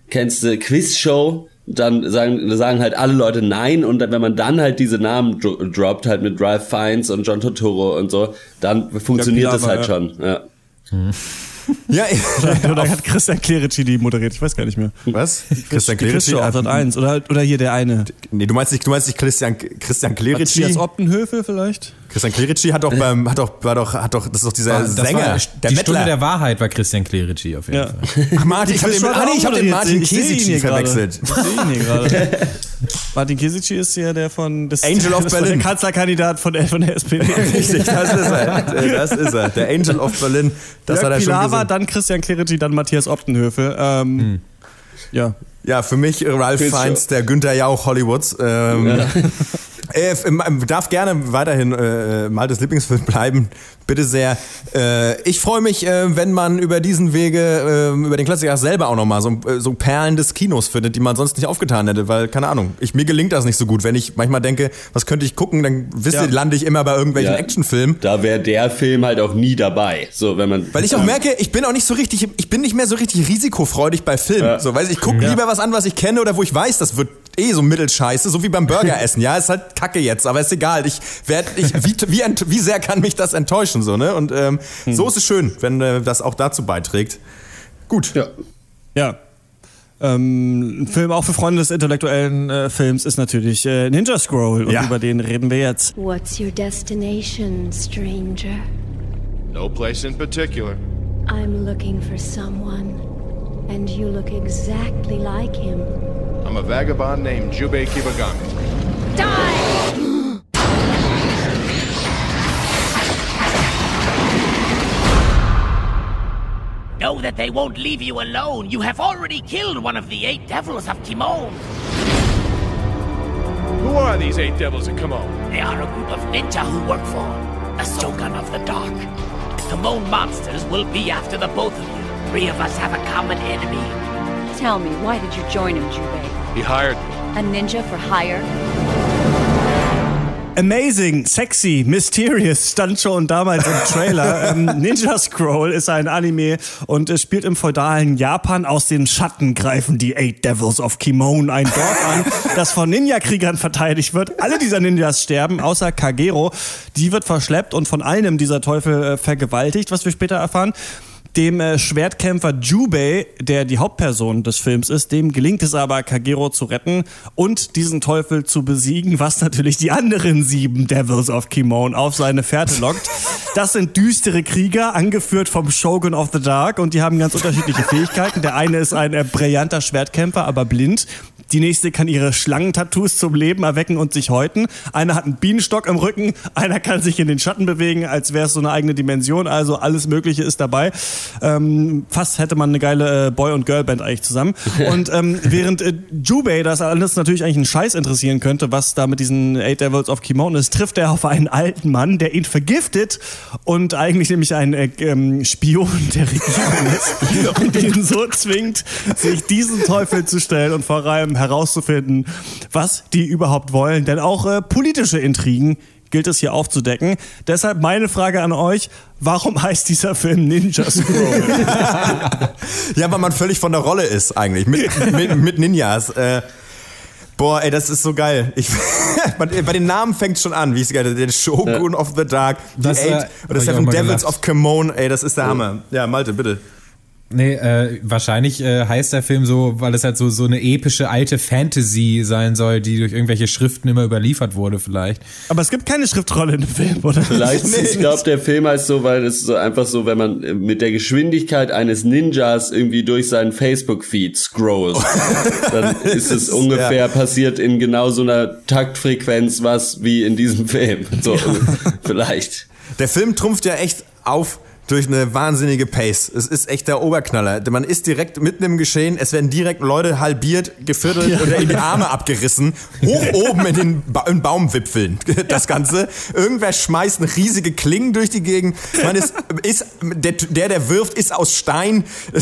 Quizshow? Dann sagen halt alle Leute nein und wenn man dann halt diese Namen droppt, halt mit Ralph Fiennes und John Turturro und so, dann funktioniert das halt schon. Ja. Ja, oder hat Christian Clerici die moderiert? Ich weiß gar nicht mehr. Was? Christian Clerici auf Sat 1 oder hier der eine. Nee, du meinst nicht Christian Clerici? Matthias Optenhövel vielleicht? Christian Clerici hat doch das ist doch dieser Sänger, der die Stunde der Wahrheit war Christian Clerici auf jeden Fall. Ach, Martin, ich hab den Martin Kesici verwechselt. Ich sehe ihn hier gerade. Martin Kesici ist ja der von Angel of Berlin. Der Kanzlerkandidat von der SPD. Richtig, das ist er. Der Angel of Berlin. Das hat er schon gesehen. Dann Christian Clerici, dann Matthias Optenhövel. Ja. Ja, für mich Ralph Fiennes, der Günther Jauch Hollywoods. Darf gerne weiterhin Maltes Lieblingsfilm bleiben. Bitte sehr. Ich freue mich, wenn man über diesen Wege, über den Klassiker selber auch nochmal so Perlen des Kinos findet, die man sonst nicht aufgetan hätte, weil, keine Ahnung, mir gelingt das nicht so gut. Wenn ich manchmal denke, was könnte ich gucken, dann lande ich immer bei irgendwelchen Actionfilmen. Da wäre der Film halt auch nie dabei. So, wenn man, weil ich auch merke, ich bin nicht mehr so richtig risikofreudig bei Filmen. Ja. So, ich gucke lieber was an, was ich kenne oder wo ich weiß, das wird so mittelscheiße, so wie beim Burgeressen. Ja, ist halt Kacke jetzt, aber ist egal. Wie sehr kann mich das enttäuschen, so, ne? Und so ist es schön, wenn das auch dazu beiträgt. Gut. Ja. Ein Film auch für Freunde des intellektuellen Films ist natürlich Ninja Scroll und über den reden wir jetzt. What's your destination, stranger? No place in particular. I'm looking for someone, and you look exactly like him. I'm a vagabond named Jubei Kibagami. Die! Know that they won't leave you alone. You have already killed one of the 8 devils of Kimon. Who are these 8 devils of Kimon? They are a group of ninja who work for the Shogun of the Dark. Kimon monsters will be after the both of you. 3 of us have a common enemy. Tell me, why did you join him, Jubei? He hired me. A ninja for hire? Amazing, sexy, mysterious stand schon damals im Trailer. Ninja Scroll ist ein Anime und es spielt im feudalen Japan. Aus den Schatten greifen die 8 Devils of Kimon ein Dorf an, das von Ninja-Kriegern verteidigt wird. Alle dieser Ninjas sterben, außer Kagero. Die wird verschleppt und von einem dieser Teufel vergewaltigt, was wir später erfahren. Dem Schwertkämpfer Jubei, der die Hauptperson des Films ist, dem gelingt es aber, Kagero zu retten und diesen Teufel zu besiegen, was natürlich die anderen 7 Devils of Kimon auf seine Fährte lockt. Das sind düstere Krieger, angeführt vom Shogun of the Dark, und die haben ganz unterschiedliche Fähigkeiten. Der eine ist ein brillanter Schwertkämpfer, aber blind. Die nächste kann ihre Schlangentattoos zum Leben erwecken und sich häuten. Einer hat einen Bienenstock im Rücken, einer kann sich in den Schatten bewegen, als wäre es so eine eigene Dimension. Also alles Mögliche ist dabei. Fast hätte man eine geile Boy- und Girlband eigentlich zusammen. Und während Jubei das alles natürlich eigentlich einen Scheiß interessieren könnte, was da mit diesen 8 Devils of Kimon ist, trifft er auf einen alten Mann, der ihn vergiftet und eigentlich nämlich ein Spion der Regierung ist und ihn so zwingt, sich diesen Teufel zu stellen und vor allem herauszufinden, was die überhaupt wollen. Denn auch politische Intrigen gilt es hier aufzudecken. Deshalb meine Frage an euch: Warum heißt dieser Film Ninja Scroll? Ja, weil man völlig von der Rolle ist eigentlich. Mit Ninjas. Boah, ey, das ist so geil. Bei den Namen fängt es schon an, wie ich es geil. Der Shogun of the Dark, die 8 oder 7 Devils of Kimon, ey, das ist der Hammer. Ja, Malte, bitte. Nee, wahrscheinlich heißt der Film so, weil es halt so eine epische alte Fantasy sein soll, die durch irgendwelche Schriften immer überliefert wurde vielleicht. Aber es gibt keine Schriftrolle in dem Film, oder? Vielleicht, ich glaube, der Film heißt so, weil es so einfach so, wenn man mit der Geschwindigkeit eines Ninjas irgendwie durch seinen Facebook-Feed scrollt, dann ist es ungefähr passiert in genau so einer Taktfrequenz, was wie in diesem Film. So, vielleicht. Der Film trumpft ja echt auf durch eine wahnsinnige Pace. Es ist echt der Oberknaller. Man ist direkt mitten im Geschehen, es werden direkt Leute halbiert, geviertelt oder in die Arme abgerissen, hoch oben in Baumwipfeln, das Ganze. Irgendwer schmeißt eine riesige Klingen durch die Gegend. Man ist der wirft, ist aus Stein.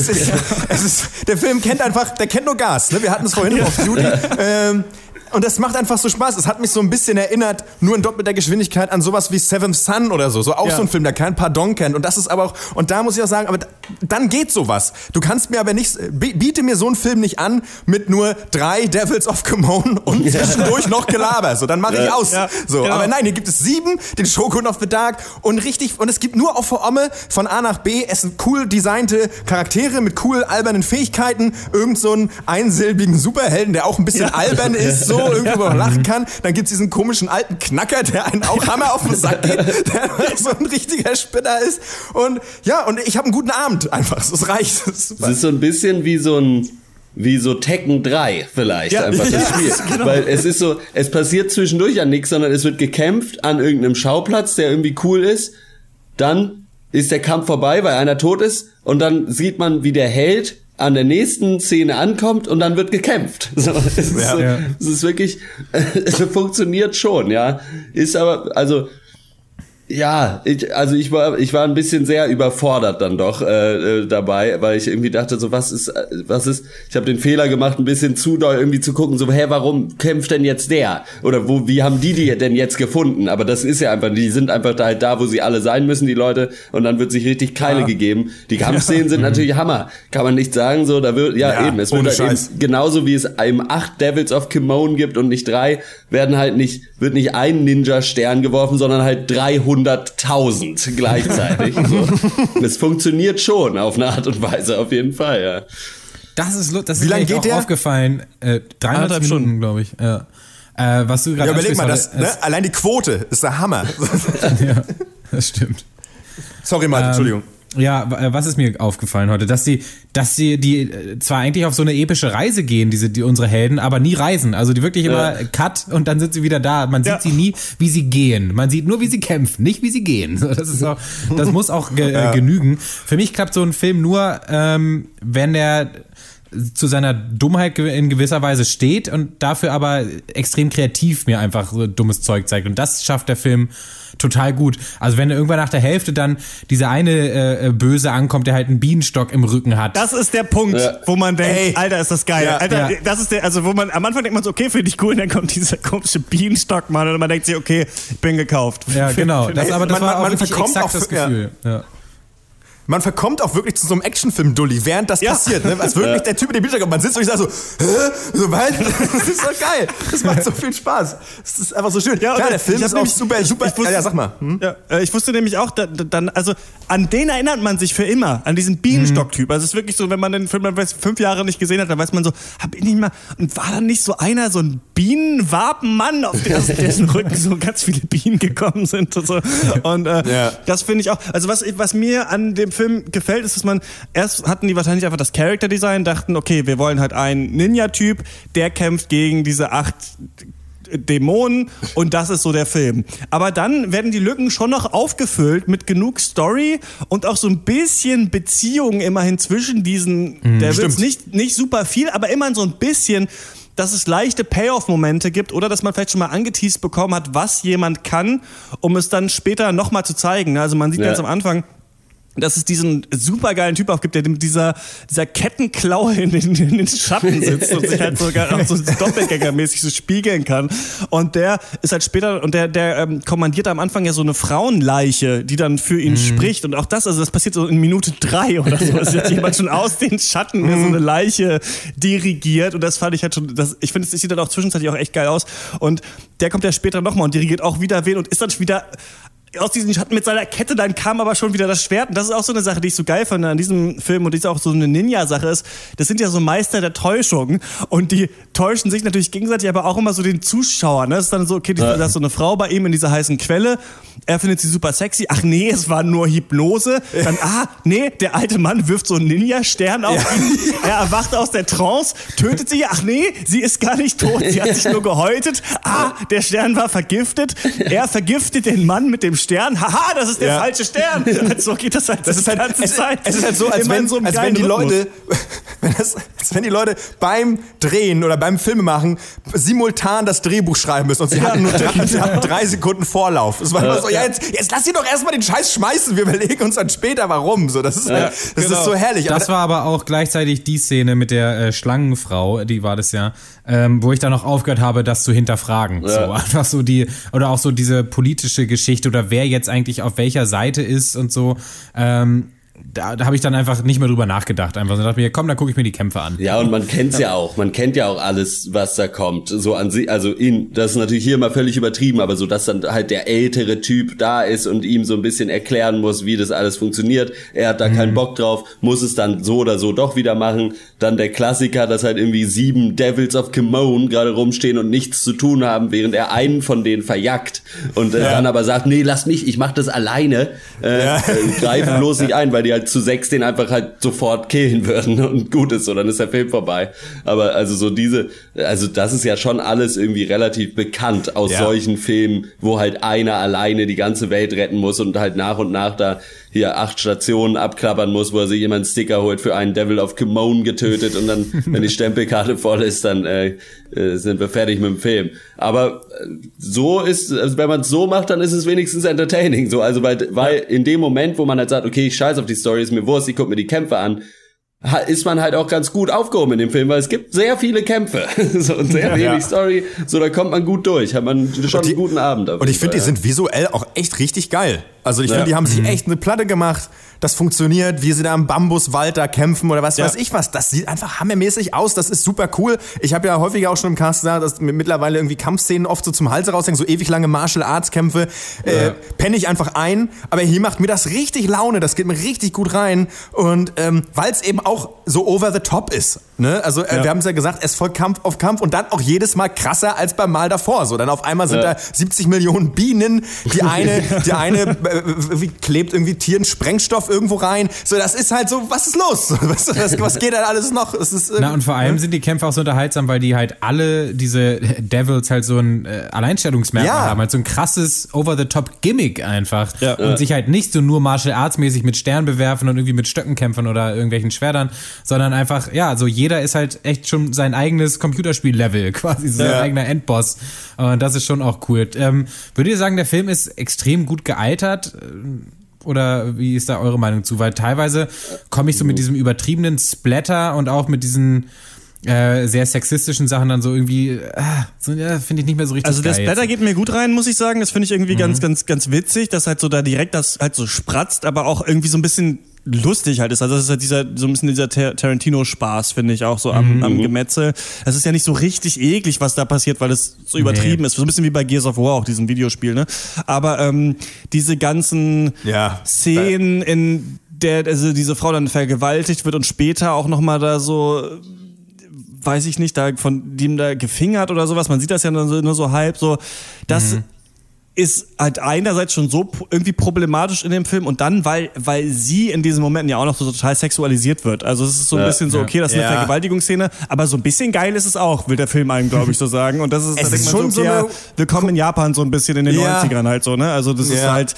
Der Film kennt nur Gas. Ne? Wir hatten es vorhin auf Duty. Und das macht einfach so Spaß. Es hat mich so ein bisschen erinnert, nur in doppelter Geschwindigkeit, an sowas wie Seventh Son oder so. So auch so ein Film, der kein Pardon kennt. Und das ist aber auch, und da muss ich auch sagen, aber dann geht sowas. Du kannst mir aber nicht, biete mir so einen Film nicht an mit nur 3 Devils of Kimon und zwischendurch noch Gelaber. So, dann mache ich aus. Ja, so, genau. Aber nein, hier gibt es 7, den Shogun of the Dark und es gibt nur auf Omme von A nach B. Es sind cool designte Charaktere mit cool albernen Fähigkeiten. Irgend so einen einsilbigen Superhelden, der auch ein bisschen albern ist, so. Irgendwie wo man lachen kann. Dann gibt's diesen komischen alten Knacker, der einen auch Hammer auf den Sack geht, der so ein richtiger Spinner ist. Und ja, und ich habe einen guten Abend einfach. Das reicht. Es ist so ein bisschen wie so Tekken 3 vielleicht einfach das Spiel. Genau. Weil es ist so, es passiert zwischendurch ja nichts, sondern es wird gekämpft an irgendeinem Schauplatz, der irgendwie cool ist. Dann ist der Kampf vorbei, weil einer tot ist. Und dann sieht man, wie der Held an der nächsten Szene ankommt und dann wird gekämpft. So, es ist wirklich, es funktioniert schon, ja. Ist aber, also, ja, ich war ein bisschen sehr überfordert dann doch dabei, weil ich irgendwie dachte so, was ist, ich habe den Fehler gemacht, ein bisschen zu doll irgendwie zu gucken, so, warum kämpft denn jetzt der? Oder wie haben die denn jetzt gefunden? Aber das ist ja einfach, die sind einfach da, wo sie alle sein müssen, die Leute, und dann wird sich richtig Keile gegeben. Die Kampfszenen sind natürlich Hammer, kann man nicht sagen, so, da wird, eben, es wird eben, genauso wie es eben 8 Devils of Kimon gibt und nicht 3, wird nicht ein Ninja-Stern geworfen, sondern halt 300.000 gleichzeitig. So. Es funktioniert schon auf eine Art und Weise, auf jeden Fall, ja. Das ist mir auch aufgefallen. 300 Minuten, glaube ich. Ja. Was du gerade überleg mal, allein die Quote ist der Hammer. Ja, das stimmt. Sorry, Malte, Entschuldigung. Ja, was ist mir aufgefallen heute? Dass die zwar eigentlich auf so eine epische Reise gehen, unsere Helden, aber nie reisen. Also die wirklich immer Cut und dann sind sie wieder da. Man sieht sie nie, wie sie gehen. Man sieht nur, wie sie kämpfen, nicht wie sie gehen. Das muss auch genügen. Für mich klappt so ein Film nur, wenn er zu seiner Dummheit in gewisser Weise steht und dafür aber extrem kreativ mir einfach so dummes Zeug zeigt. Und das schafft der Film total gut. Also wenn irgendwann nach der Hälfte dann dieser eine Böse ankommt, der halt einen Bienenstock im Rücken hat. Das ist der Punkt, wo man denkt, Alter, ist das geil. Alter, das ist wo man am Anfang denkt man so, okay, finde ich cool, und dann kommt dieser komische Bienenstock-Mann und man denkt sich, okay, ich bin gekauft. Ja, genau. Das war auch wirklich exakt das Gefühl. Ja. Man verkommt auch wirklich zu so einem Actionfilm-Dulli, während das passiert. Ne? Als wirklich der Typ mit dem Bildschirm kommt, man sitzt und ich sage so, so weit? Das ist doch geil. Das macht so viel Spaß. Das ist einfach so schön. Ja, klar, der Film ist auch super. Sag mal. Ich wusste nämlich auch, also an den erinnert man sich für immer, an diesen Bienenstock-Typ. Also es ist wirklich so, wenn man den Film 5 Jahre nicht gesehen hat, dann weiß man so, hab ich nicht mal, und war da nicht so ein Bienenwabenmann, auf dessen Rücken so ganz viele Bienen gekommen sind und so. Und das finde ich auch, also was mir an dem Film gefällt, ist, dass man, erst hatten die wahrscheinlich einfach das Character Design, dachten, okay, wir wollen halt einen Ninja-Typ, der kämpft gegen diese 8 Dämonen und das ist so der Film. Aber dann werden die Lücken schon noch aufgefüllt mit genug Story und auch so ein bisschen Beziehungen immerhin zwischen diesen, der wird nicht super viel, aber immerhin so ein bisschen, dass es leichte Payoff-Momente gibt oder dass man vielleicht schon mal angeteased bekommen hat, was jemand kann, um es dann später nochmal zu zeigen. Also man sieht ganz am Anfang, dass es diesen supergeilen Typ aufgibt, der mit dieser Kettenklaue in den Schatten sitzt und sich halt sogar auch so doppelgängermäßig so spiegeln kann. Und der ist halt später, und der kommandiert am Anfang ja so eine Frauenleiche, die dann für ihn spricht. Und auch das passiert so in Minute 3 oder so. Es hat jemand schon aus den Schatten so eine Leiche dirigiert. Und das fand ich halt schon, ich finde, es sieht dann auch zwischenzeitlich auch echt geil aus. Und der kommt ja später nochmal und dirigiert auch wieder wen und ist dann wieder aus diesen Schatten mit seiner Kette, dann kam aber schon wieder das Schwert. Und das ist auch so eine Sache, die ich so geil fand an diesem Film und die ist auch so eine Ninja-Sache ist. Das sind ja so Meister der Täuschung und die täuschen sich natürlich gegenseitig, aber auch immer so den Zuschauer. Ne? Das ist dann so, okay, da ist so eine Frau bei ihm in dieser heißen Quelle. Er findet sie super sexy. Ach nee, es war nur Hypnose. Dann, nee, der alte Mann wirft so einen Ninja-Stern auf ihn. Er erwacht aus der Trance, tötet sie. Ach nee, sie ist gar nicht tot. Sie hat sich nur gehäutet. Der Stern war vergiftet. Er vergiftet den Mann mit dem Stern. Haha, das ist der falsche Stern. So geht das halt die ganze Zeit. Es ist halt so, als wenn die Leute beim Drehen oder beim Filmemachen simultan das Drehbuch schreiben müssen und sie hatten nur 3 Sekunden Vorlauf. Es war immer so, jetzt lass sie doch erstmal den Scheiß schmeißen, wir überlegen uns dann später warum. So, das ist ist so herrlich. Das war aber auch gleichzeitig die Szene mit der Schlangenfrau, die war das ja, wo ich dann noch aufgehört habe, das zu hinterfragen. So, einfach so oder auch so diese politische Geschichte oder wer jetzt eigentlich auf welcher Seite ist und so. Da habe ich dann einfach nicht mehr drüber nachgedacht. Einfach so dachte mir, komm, dann gucke ich mir die Kämpfe an. Ja, und man kennt's ja auch. Man kennt ja auch alles, was da kommt. So an sich, also das ist natürlich hier immer völlig übertrieben, aber so, dass dann halt der ältere Typ da ist und ihm so ein bisschen erklären muss, wie das alles funktioniert. Er hat da keinen Bock drauf, muss es dann so oder so doch wieder machen. Dann der Klassiker, dass halt irgendwie 7 Devils of Kimon gerade rumstehen und nichts zu tun haben, während er einen von denen verjagt und dann aber sagt, nee, lass mich, ich mach das alleine. Greifen bloß nicht ein, weil die halt zu 6 den einfach halt sofort killen würden und gut ist, so, dann ist der Film vorbei. Aber also so das ist ja schon alles irgendwie relativ bekannt aus solchen Filmen, wo halt einer alleine die ganze Welt retten muss und halt nach und nach da hier 8 Stationen abklappern muss, wo er sich immer einen Sticker holt für einen Devil of Kimon getötet und dann, wenn die Stempelkarte voll ist, dann sind wir fertig mit dem Film. Aber so ist, also wenn man es so macht, dann ist es wenigstens entertaining. So, also weil in dem Moment, wo man halt sagt, okay, ich scheiß auf die Story, ist mir Wurst, ich guck mir die Kämpfe an, ist man halt auch ganz gut aufgehoben in dem Film, weil es gibt sehr viele Kämpfe so, und sehr wenig Story, so da kommt man gut durch, hat man schon einen guten Abend. Und ich finde, die sind visuell auch echt richtig geil. Also ich finde, die haben sich echt eine Platte gemacht, das funktioniert, wie sie da im Bambuswald da kämpfen oder was weiß ich was. Das sieht einfach hammermäßig aus, das ist super cool. Ich habe ja häufiger auch schon im Cast gesagt, dass mir mittlerweile irgendwie Kampfszenen oft so zum Hals raushängen, so ewig lange Martial-Arts-Kämpfe, penne ich einfach ein. Aber hier macht mir das richtig Laune, das geht mir richtig gut rein. Und weil es eben auch so over the top ist. Ne? Also wir haben es ja gesagt, es folgt Kampf auf Kampf und dann auch jedes Mal krasser als beim Mal davor. So, dann auf einmal sind da 70 Millionen Bienen, die eine wie klebt irgendwie Tieren Sprengstoff irgendwo rein. So, das ist halt so, was ist los? Was geht da alles noch? Es ist, und vor allem sind die Kämpfe auch so unterhaltsam, weil die halt alle diese Devils halt so ein Alleinstellungsmerkmal haben, halt so ein krasses Over-the-Top-Gimmick einfach und sich halt nicht so nur Martial Arts-mäßig mit Sternen bewerfen und irgendwie mit Stöcken kämpfen oder irgendwelchen Schwertern, sondern einfach, so jeder ist halt echt schon sein eigenes Computerspiel-Level, quasi so sein eigener Endboss. Und das ist schon auch cool. Würdet ihr sagen, der Film ist extrem gut gealtert? Oder wie ist da eure Meinung zu? Weil teilweise komme ich so mit diesem übertriebenen Splatter und auch mit diesen sehr sexistischen Sachen dann so irgendwie, finde ich nicht mehr so richtig geil. Also der geil Splatter jetzt. geht mir gut rein, muss ich sagen. Das finde ich irgendwie ganz witzig, dass halt so da direkt das halt so spratzt, aber auch irgendwie so ein bisschen lustig halt ist. Also das ist halt so ein bisschen dieser Tarantino-Spaß, finde ich, auch so am Gemetzel. Es ist ja nicht so richtig eklig, was da passiert, weil es so übertrieben ist. So ein bisschen wie bei Gears of War, auch diesem Videospiel, ne? Aber diese ganzen Szenen, in der also diese Frau dann vergewaltigt wird und später auch nochmal da so, weiß ich nicht, da von dem da gefingert oder sowas, man sieht das ja nur so halb so, das ist halt einerseits schon so irgendwie problematisch in dem Film und dann, weil sie in diesen Momenten ja auch noch so total sexualisiert wird. Also es ist so ein bisschen so, okay, das ist eine Vergewaltigungsszene, aber so ein bisschen geil ist es auch, will der Film einem, glaube ich, so sagen. Und das ist, es ist schon so eine willkommen in Japan so ein bisschen in den 90ern halt so, ne? Also das ist halt,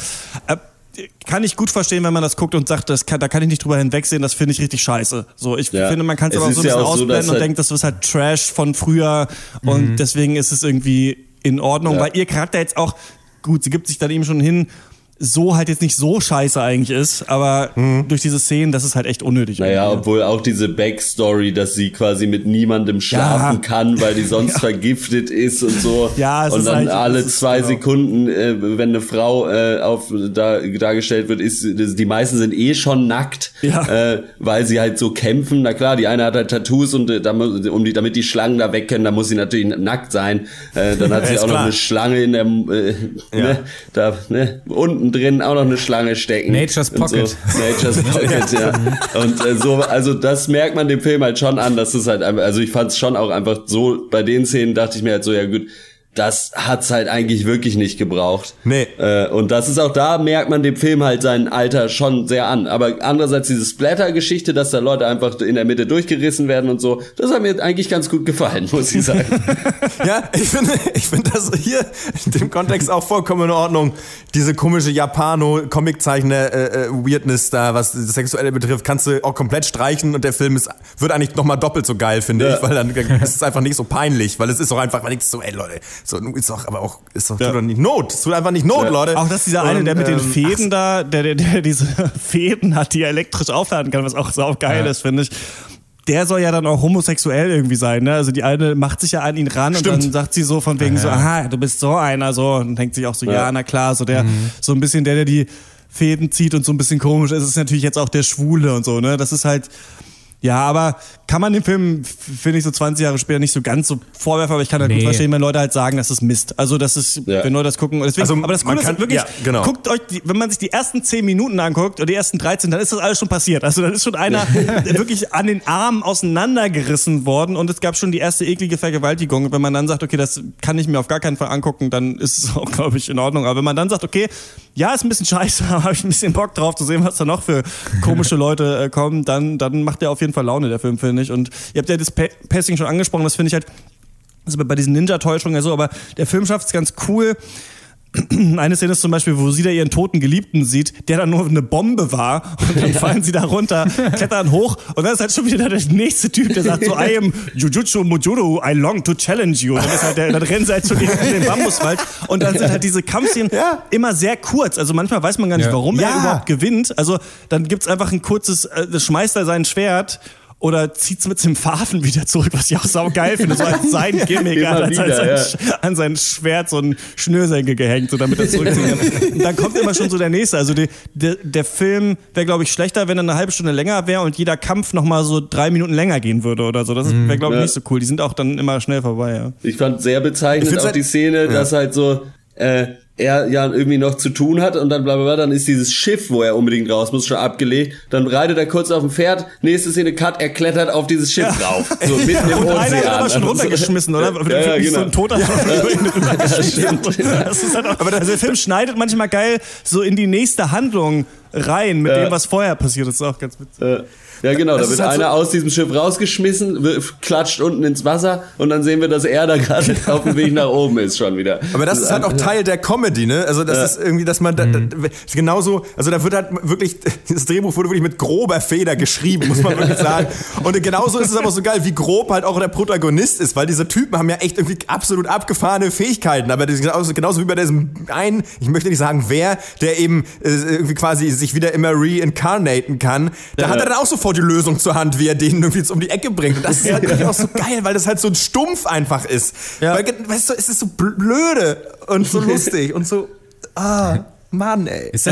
kann ich gut verstehen, wenn man das guckt und sagt, da kann ich nicht drüber hinwegsehen, das finde ich richtig scheiße. So, ich finde, man kann es aber auch so ein bisschen ausblenden und denkt, das ist halt Trash von früher und deswegen ist es irgendwie in Ordnung, weil ihr Charakter jetzt auch, gut, sie gibt sich dann eben schon hin, so halt jetzt nicht so scheiße eigentlich ist, aber durch diese Szenen, das ist halt echt unnötig. Naja, obwohl auch diese Backstory, dass sie quasi mit niemandem schlafen kann, weil die sonst vergiftet ist und so. Ja, es und ist dann alle 2 Sekunden, wenn eine Frau dargestellt wird, die meisten sind schon nackt, weil sie halt so kämpfen. Na klar, die eine hat halt Tattoos und damit die Schlangen da weg können, da muss sie natürlich nackt sein. Dann hat sie auch noch eine Schlange in der unten drin auch noch eine Schlange stecken. Nature's Pocket. So. Nature's Pocket, ja. Und so, also das merkt man dem Film halt schon an, dass es halt einfach, also ich fand es schon auch einfach so, bei den Szenen dachte ich mir halt so, ja gut, das hat's halt eigentlich wirklich nicht gebraucht. Nee. Und das ist auch, da merkt man dem Film halt sein Alter schon sehr an. Aber andererseits diese Splatter-Geschichte, dass da Leute einfach in der Mitte durchgerissen werden und so, das hat mir eigentlich ganz gut gefallen, muss ich sagen. Ja, ich finde das hier in dem Kontext auch vollkommen in Ordnung. Diese komische Japano-Comiczeichner-Weirdness da, was das Sexuelle betrifft, kannst du auch komplett streichen und der Film wird eigentlich nochmal doppelt so geil, finde ich, weil dann ist es einfach nicht so peinlich, weil es ist auch einfach, man denkt so, ey Leute, so, ist doch nicht Not. Es tut einfach nicht Not, Leute. Auch dass dieser eine, der mit den Fäden der diese Fäden hat, die er elektrisch aufladen kann, was auch saugeil ist, finde ich. Der soll ja dann auch homosexuell irgendwie sein, ne? Also die eine macht sich ja an ihn ran und dann sagt sie so von wegen so, aha, du bist so einer, so. Und denkt sich auch so, ja, na klar, so der, so ein bisschen der die Fäden zieht und so ein bisschen komisch ist, ist natürlich jetzt auch der Schwule und so, ne? Das ist halt, ja, aber kann man den Film, finde ich, so 20 Jahre später nicht so ganz so vorwerfen, aber ich kann halt gut verstehen, wenn Leute halt sagen, das ist Mist. Also das ist, wenn Leute das gucken. Deswegen, also, aber das Coole ist wirklich, guckt euch, wenn man sich die ersten 10 Minuten anguckt oder die ersten 13, dann ist das alles schon passiert. Also dann ist schon einer wirklich an den Armen auseinandergerissen worden und es gab schon die erste eklige Vergewaltigung. Und wenn man dann sagt, okay, das kann ich mir auf gar keinen Fall angucken, dann ist es auch, glaube ich, in Ordnung. Aber wenn man dann sagt, okay, ja, ist ein bisschen scheiße, aber habe ich ein bisschen Bock drauf zu sehen, was da noch für komische Leute kommen, dann macht der auf jeden Fall Laune, der Film, finde ich. Und ihr habt ja das Pacing schon angesprochen, das finde ich halt, also bei diesen Ninja-Täuschungen ja so, aber der Film schafft es ganz cool, eine Szene ist zum Beispiel, wo sie da ihren toten Geliebten sieht, der dann nur eine Bombe war und dann fallen sie da runter, klettern hoch und dann ist halt schon wieder der nächste Typ, der sagt so, I am Jujutsu Mujuru, I long to challenge you. Und dann, ist halt dann rennen sie halt schon in den Bambuswald und dann sind halt diese Kampfszenen immer sehr kurz. Also manchmal weiß man gar nicht, warum er überhaupt gewinnt. Also dann gibt's einfach ein kurzes, schmeißt er sein Schwert oder zieht's mit dem Faden wieder zurück, was ich auch saugeil finde. So als sein Gimmick. Er hat an sein Schwert so ein Schnürsenkel gehängt, so damit er zurückziehen kann. Und dann kommt immer schon so der nächste. Also der Film wäre, glaube ich, schlechter, wenn er eine halbe Stunde länger wäre und jeder Kampf nochmal so 3 Minuten länger gehen würde oder so. Das wäre, glaube ich, nicht so cool. Die sind auch dann immer schnell vorbei, ja. Ich fand sehr bezeichnend auch die Szene, dass halt so er ja irgendwie noch zu tun hat und dann blablabla, dann ist dieses Schiff, wo er unbedingt raus muss, schon abgelegt. Dann reitet er kurz auf dem Pferd, nächste Szene Cut, er klettert auf dieses Schiff rauf. So mitten im Ozean. Einer hat aber schon runtergeschmissen, oder? Ja, genau. So ein Toter das ist halt auch, aber der Film schneidet manchmal geil so in die nächste Handlung rein, mit dem, was vorher passiert. Das ist auch ganz witzig. Ja, genau, da wird halt einer aus diesem Schiff rausgeschmissen, klatscht unten ins Wasser und dann sehen wir, dass er da gerade auf dem Weg nach oben ist schon wieder. Aber das ist halt auch Teil der Comedy, ne? Also das ist irgendwie, dass man genauso, also da wird halt wirklich, das Drehbuch wurde wirklich mit grober Feder geschrieben, muss man wirklich sagen. Und genauso ist es aber so geil, wie grob halt auch der Protagonist ist, weil diese Typen haben ja echt irgendwie absolut abgefahrene Fähigkeiten, aber das ist genauso wie bei diesem einen, ich möchte nicht sagen wer, der eben irgendwie quasi sich wieder immer reincarnaten kann, da hat er dann auch sofort die Lösung zur Hand, wie er den irgendwie jetzt um die Ecke bringt. Und das ist halt irgendwie auch so geil, weil das halt so stumpf einfach ist. Ja. Weil, weißt du, es ist so blöde und so lustig und so, Mann, ey. Ist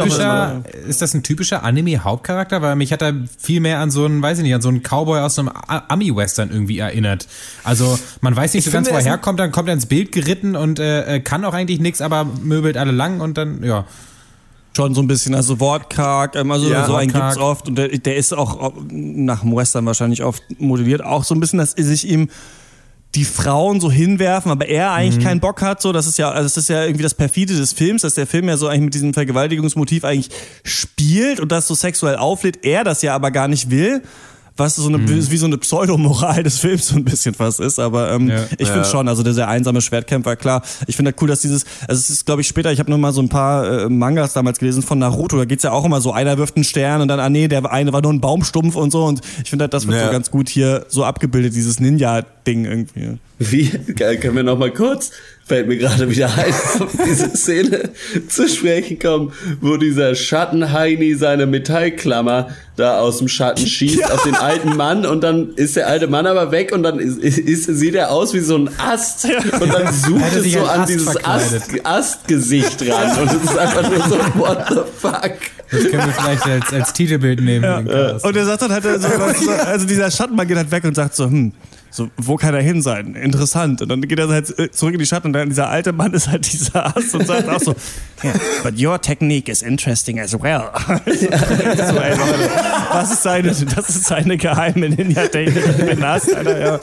das ein typischer Anime-Hauptcharakter? Weil mich hat er viel mehr an so einen, weiß ich nicht, an so einen Cowboy aus einem Ami-Western irgendwie erinnert. Also, man weiß nicht so ganz, wo er herkommt, dann kommt er ins Bild geritten und kann auch eigentlich nichts, aber möbelt alle lang und dann, ja. Schon so ein bisschen, also wortkarg, also so einen gibt's oft und der ist auch nach dem Western wahrscheinlich oft modelliert, auch so ein bisschen, dass sich ihm die Frauen so hinwerfen, aber er eigentlich keinen Bock hat, so, das ist ja irgendwie das Perfide des Films, dass der Film ja so eigentlich mit diesem Vergewaltigungsmotiv eigentlich spielt und das so sexuell auflädt, er das ja aber gar nicht will. Was so wie so eine Pseudomoral des Films so ein bisschen fast ist, aber ich finde schon, also der sehr einsame Schwertkämpfer, klar. Ich finde halt cool, dass also es ist, glaube ich, später, ich habe nur mal so ein paar Mangas damals gelesen von Naruto, da geht's ja auch immer so, einer wirft einen Stern und dann, der eine war nur ein Baumstumpf und so und ich finde halt, das wird so ganz gut hier so abgebildet, dieses Ninja-Ding irgendwie. Können wir noch mal kurz, fällt mir gerade wieder ein, auf diese Szene zu sprechen kommen, wo dieser Schattenheini seine Metallklammer da aus dem Schatten schießt auf den alten Mann und dann ist der alte Mann aber weg und dann sieht er aus wie so ein Ast und dann zoomt es so an dieses Astgesicht ran und es ist einfach nur so, what the fuck? Das können wir vielleicht als Titelbild nehmen. Ja. Und er sagt dann halt, also dieser Schattenmann geht halt weg und sagt so, so, wo kann er hin sein? Interessant. Und dann geht er halt zurück in die Stadt und dann dieser alte Mann ist halt dieser Ast und sagt auch so, yeah, but your technique is interesting as well. So, ey, Leute, das ist seine geheime Ninja-Technik. Ich bin Ast, Alter, ja.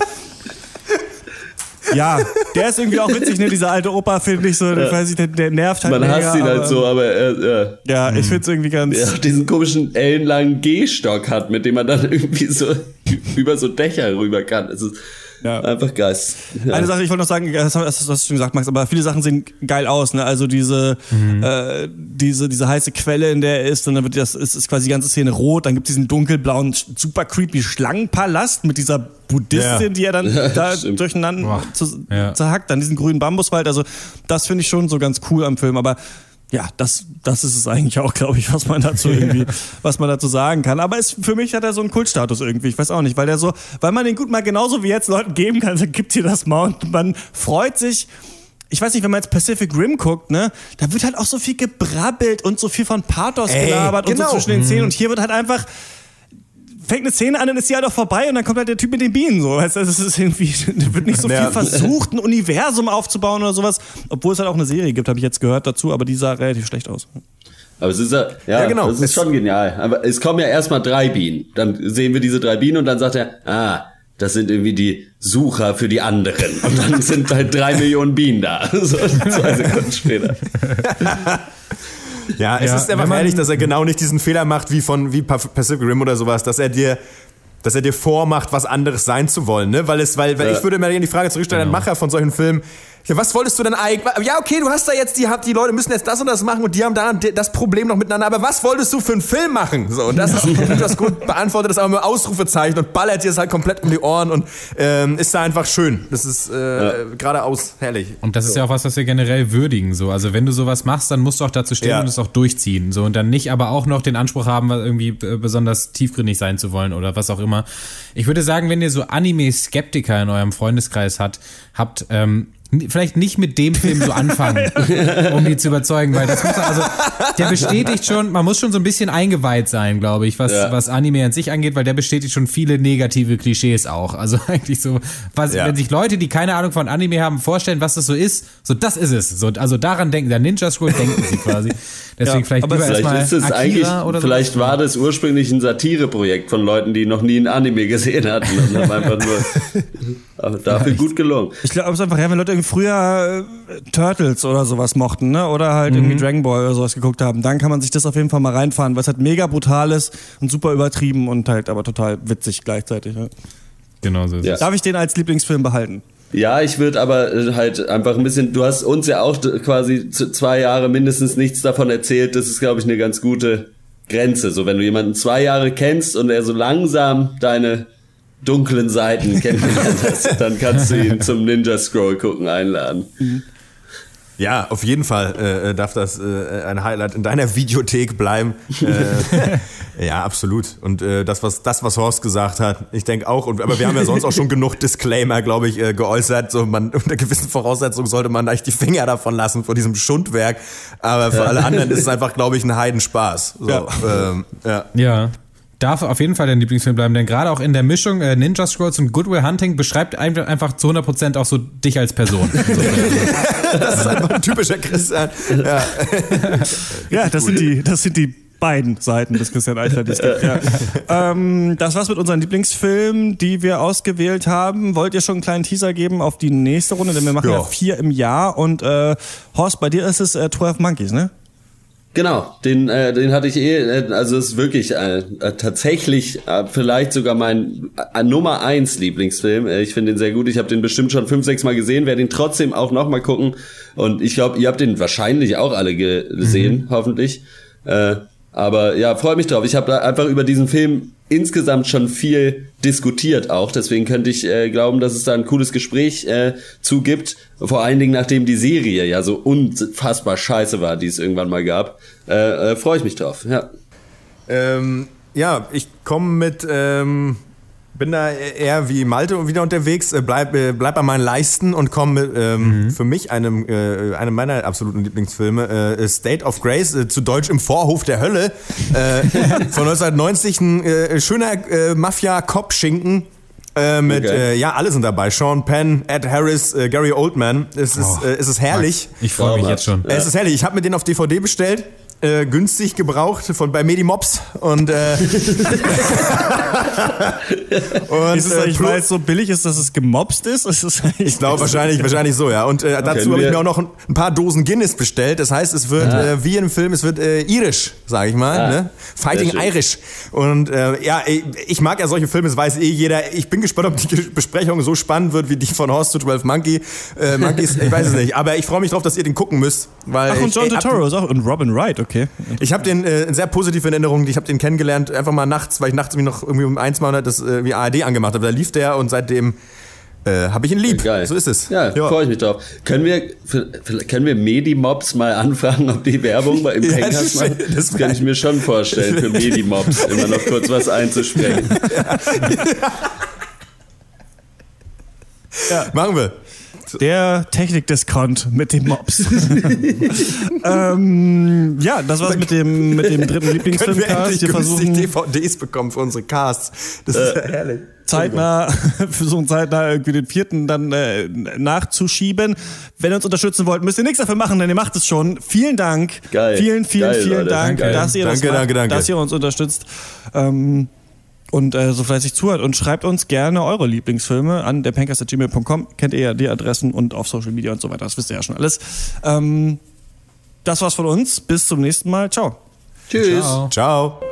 Ja, der ist irgendwie auch witzig, ne? Dieser alte Opa, finde ich so, ich weiß nicht, der nervt halt. Man hasst ihn halt so, aber ja, ich finde es irgendwie ganz. Der auch diesen komischen ellenlangen Gehstock hat, mit dem man dann irgendwie so über so Dächer rüber kann. Es ist einfach geist. Ja. Eine Sache, ich wollte noch sagen, das hast du schon gesagt, Max, aber viele Sachen sehen geil aus, ne? Also diese heiße Quelle, in der er ist, und dann ist quasi die ganze Szene rot, dann gibt es diesen dunkelblauen, super creepy Schlangenpalast mit dieser Buddhistin, die er dann da durcheinander zerhackt, dann diesen grünen Bambuswald, also das finde ich schon so ganz cool am Film, aber ja, das ist es eigentlich auch, glaube ich, was man dazu sagen kann. Aber für mich hat er so einen Kultstatus irgendwie. Ich weiß auch nicht, weil man den gut mal genauso wie jetzt Leuten geben kann, dann gibt ihr das mal und man freut sich. Ich weiß nicht, wenn man jetzt Pacific Rim guckt, ne, da wird halt auch so viel gebrabbelt und so viel von Pathos gelabert und so zwischen den Szenen und hier wird halt einfach fängt eine Szene an, dann ist sie halt auch vorbei und dann kommt halt der Typ mit den Bienen so. Weißt du, das ist irgendwie, da wird nicht so viel versucht, ein Universum aufzubauen oder sowas. Obwohl es halt auch eine Serie gibt, habe ich jetzt gehört dazu, aber die sah relativ schlecht aus. Aber es ist genau. Das ist schon genial. Aber es kommen ja erstmal 3 Bienen. Dann sehen wir diese 3 Bienen und dann sagt er, das sind irgendwie die Sucher für die anderen. Und dann sind halt 3 Millionen Bienen da. So 2 Sekunden später. Ja, es ist einfach ehrlich, dass er genau nicht diesen Fehler macht wie Pacific Rim oder sowas, dass er dir vormacht, was anderes sein zu wollen, ne? Weil ich würde mir die Frage zurückstellen, ein Macher von solchen Filmen, Ja, was wolltest du denn eigentlich? Ja, okay, du hast da jetzt, die Leute müssen jetzt das und das machen und die haben da das Problem noch miteinander, aber was wolltest du für einen Film machen? So, und das gut beantwortet das aber mit Ausrufezeichen und ballert dir es halt komplett um die Ohren und ist da einfach schön. Das ist geradeaus herrlich. Und das ist ja auch was wir generell würdigen. So. Also wenn du sowas machst, dann musst du auch dazu stehen und es auch durchziehen. So. Und dann nicht aber auch noch den Anspruch haben, irgendwie besonders tiefgründig sein zu wollen oder was auch immer. Ich würde sagen, wenn ihr so Anime-Skeptiker in eurem Freundeskreis habt, vielleicht nicht mit dem Film so anfangen, um die zu überzeugen, weil das muss also der bestätigt schon, man muss schon so ein bisschen eingeweiht sein, glaube ich, was Anime an sich angeht, weil der bestätigt schon viele negative Klischees auch. Also eigentlich so, wenn sich Leute, die keine Ahnung von Anime haben, vorstellen, was das so ist, so das ist es. So, also daran denken, der Ninja Scroll denken sie quasi. Deswegen vielleicht ist es eigentlich, oder vielleicht so. War das ursprünglich ein Satireprojekt von Leuten, die noch nie ein Anime gesehen hatten und haben einfach nur dafür gut gelungen. Ich glaube, es ist einfach, wenn Leute irgendwie früher Turtles oder sowas mochten, ne? Oder halt irgendwie Dragon Ball oder sowas geguckt haben, dann kann man sich das auf jeden Fall mal reinfahren, weil es halt mega brutal ist und super übertrieben und halt aber total witzig gleichzeitig. Ne? Genau so ist es. Darf ich den als Lieblingsfilm behalten? Ja, ich würde aber halt einfach ein bisschen, du hast uns ja auch quasi 2 Jahre mindestens nichts davon erzählt, das ist, glaube ich, eine ganz gute Grenze. So, wenn du jemanden 2 Jahre kennst und er so langsam deine dunklen Seiten kennengelernt hast, dann kannst du ihn zum Ninja Scroll gucken einladen. Ja, auf jeden Fall darf das ein Highlight in deiner Videothek bleiben. Ja, absolut. Und das, was Horst gesagt hat, ich denke auch, aber wir haben ja sonst auch schon genug Disclaimer, glaube ich, geäußert. So, unter gewissen Voraussetzungen sollte man eigentlich die Finger davon lassen, von diesem Schundwerk. Aber für alle anderen ist es einfach, glaube ich, ein Heidenspaß. So, ja. Darf auf jeden Fall dein Lieblingsfilm bleiben, denn gerade auch in der Mischung Ninja Scrolls und Good Will Hunting beschreibt einfach zu 100% auch so dich als Person. Das ist einfach ein typischer Christian. Ja, das sind die beiden Seiten des Christian Eichler, die es gibt. Ja. Das war's mit unseren Lieblingsfilmen, die wir ausgewählt haben. Wollt ihr schon einen kleinen Teaser geben auf die nächste Runde? Denn wir machen ja 4 im Jahr. Und Horst, bei dir ist es 12 Monkeys, ne? Genau, den hatte ich also es ist wirklich tatsächlich vielleicht sogar mein Nummer 1 Lieblingsfilm. Ich finde den sehr gut, ich habe den bestimmt schon 5-6 Mal gesehen, werde ihn trotzdem auch nochmal gucken und ich glaube, ihr habt den wahrscheinlich auch alle gesehen, hoffentlich. Aber ja, freue mich drauf. Ich habe einfach über diesen Film insgesamt schon viel diskutiert auch. Deswegen könnte ich glauben, dass es da ein cooles Gespräch zu gibt. Vor allen Dingen, nachdem die Serie ja so unfassbar scheiße war, die es irgendwann mal gab. Freue ich mich drauf, ja. Ja, ich komme mit... bin da eher wie Malte wieder unterwegs, bleib bei meinen Leisten und komme mit für mich einem meiner absoluten Lieblingsfilme, State of Grace, zu Deutsch Im Vorhof der Hölle, von 1990, ein schöner Mafia-Cop-Schinken, mit, alle sind dabei, Sean Penn, Ed Harris, Gary Oldman, es ist herrlich. Ich freue mich jetzt schon. Es ist herrlich, ich habe mir den auf DVD bestellt. Günstig gebraucht bei Medimops und ist es eigentlich, weil es so billig ist, dass es gemobst ist? Ich glaube wahrscheinlich so, ja. Und dazu habe ich mir auch noch ein paar Dosen Guinness bestellt. Das heißt, es wird wie im Film, es wird irisch, sage ich mal, ne? Fighting Irish. Und ich mag ja solche Filme, das weiß jeder. Ich bin gespannt, ob die Besprechung so spannend wird wie die von Horst zu 12 Monkeys. Ich weiß es nicht. Aber ich freue mich drauf, dass ihr den gucken müsst, weil und John Turturro ist auch und Robin Wright. Okay. Ich habe den sehr positiv in Erinnerung. Ich habe den kennengelernt, einfach mal nachts, weil ich nachts noch irgendwie um 1 mal das wie ARD angemacht habe. Da lief der und seitdem habe ich ihn lieb. Geil. So ist es. Ja, freue ich mich drauf. Können wir Medimobs mal anfragen, ob die Werbung im Pencast machen? Das kann ich mir schon vorstellen, für Medimobs immer noch kurz was einzusprechen. Ja. Machen wir. Der Technik-Discount mit den Mobs. Das war's mit dem dritten Lieblingsfilmcast. Wir versuchen DVDs bekommen für unsere Casts. Das ist ja herrlich. Versuchen zeitnah irgendwie den 4. dann nachzuschieben. Wenn ihr uns unterstützen wollt, müsst ihr nichts dafür machen, denn ihr macht es schon. Vielen Dank. Geil. Vielen Leute. Dank, dass ihr das macht, danke. dass ihr uns unterstützt. Und so fleißig zuhört und schreibt uns gerne eure Lieblingsfilme an derpencast@gmail.com. Kennt ihr ja die Adressen und auf Social Media und so weiter. Das wisst ihr ja schon alles. Das war's von uns. Bis zum nächsten Mal. Ciao. Tschüss. Ciao.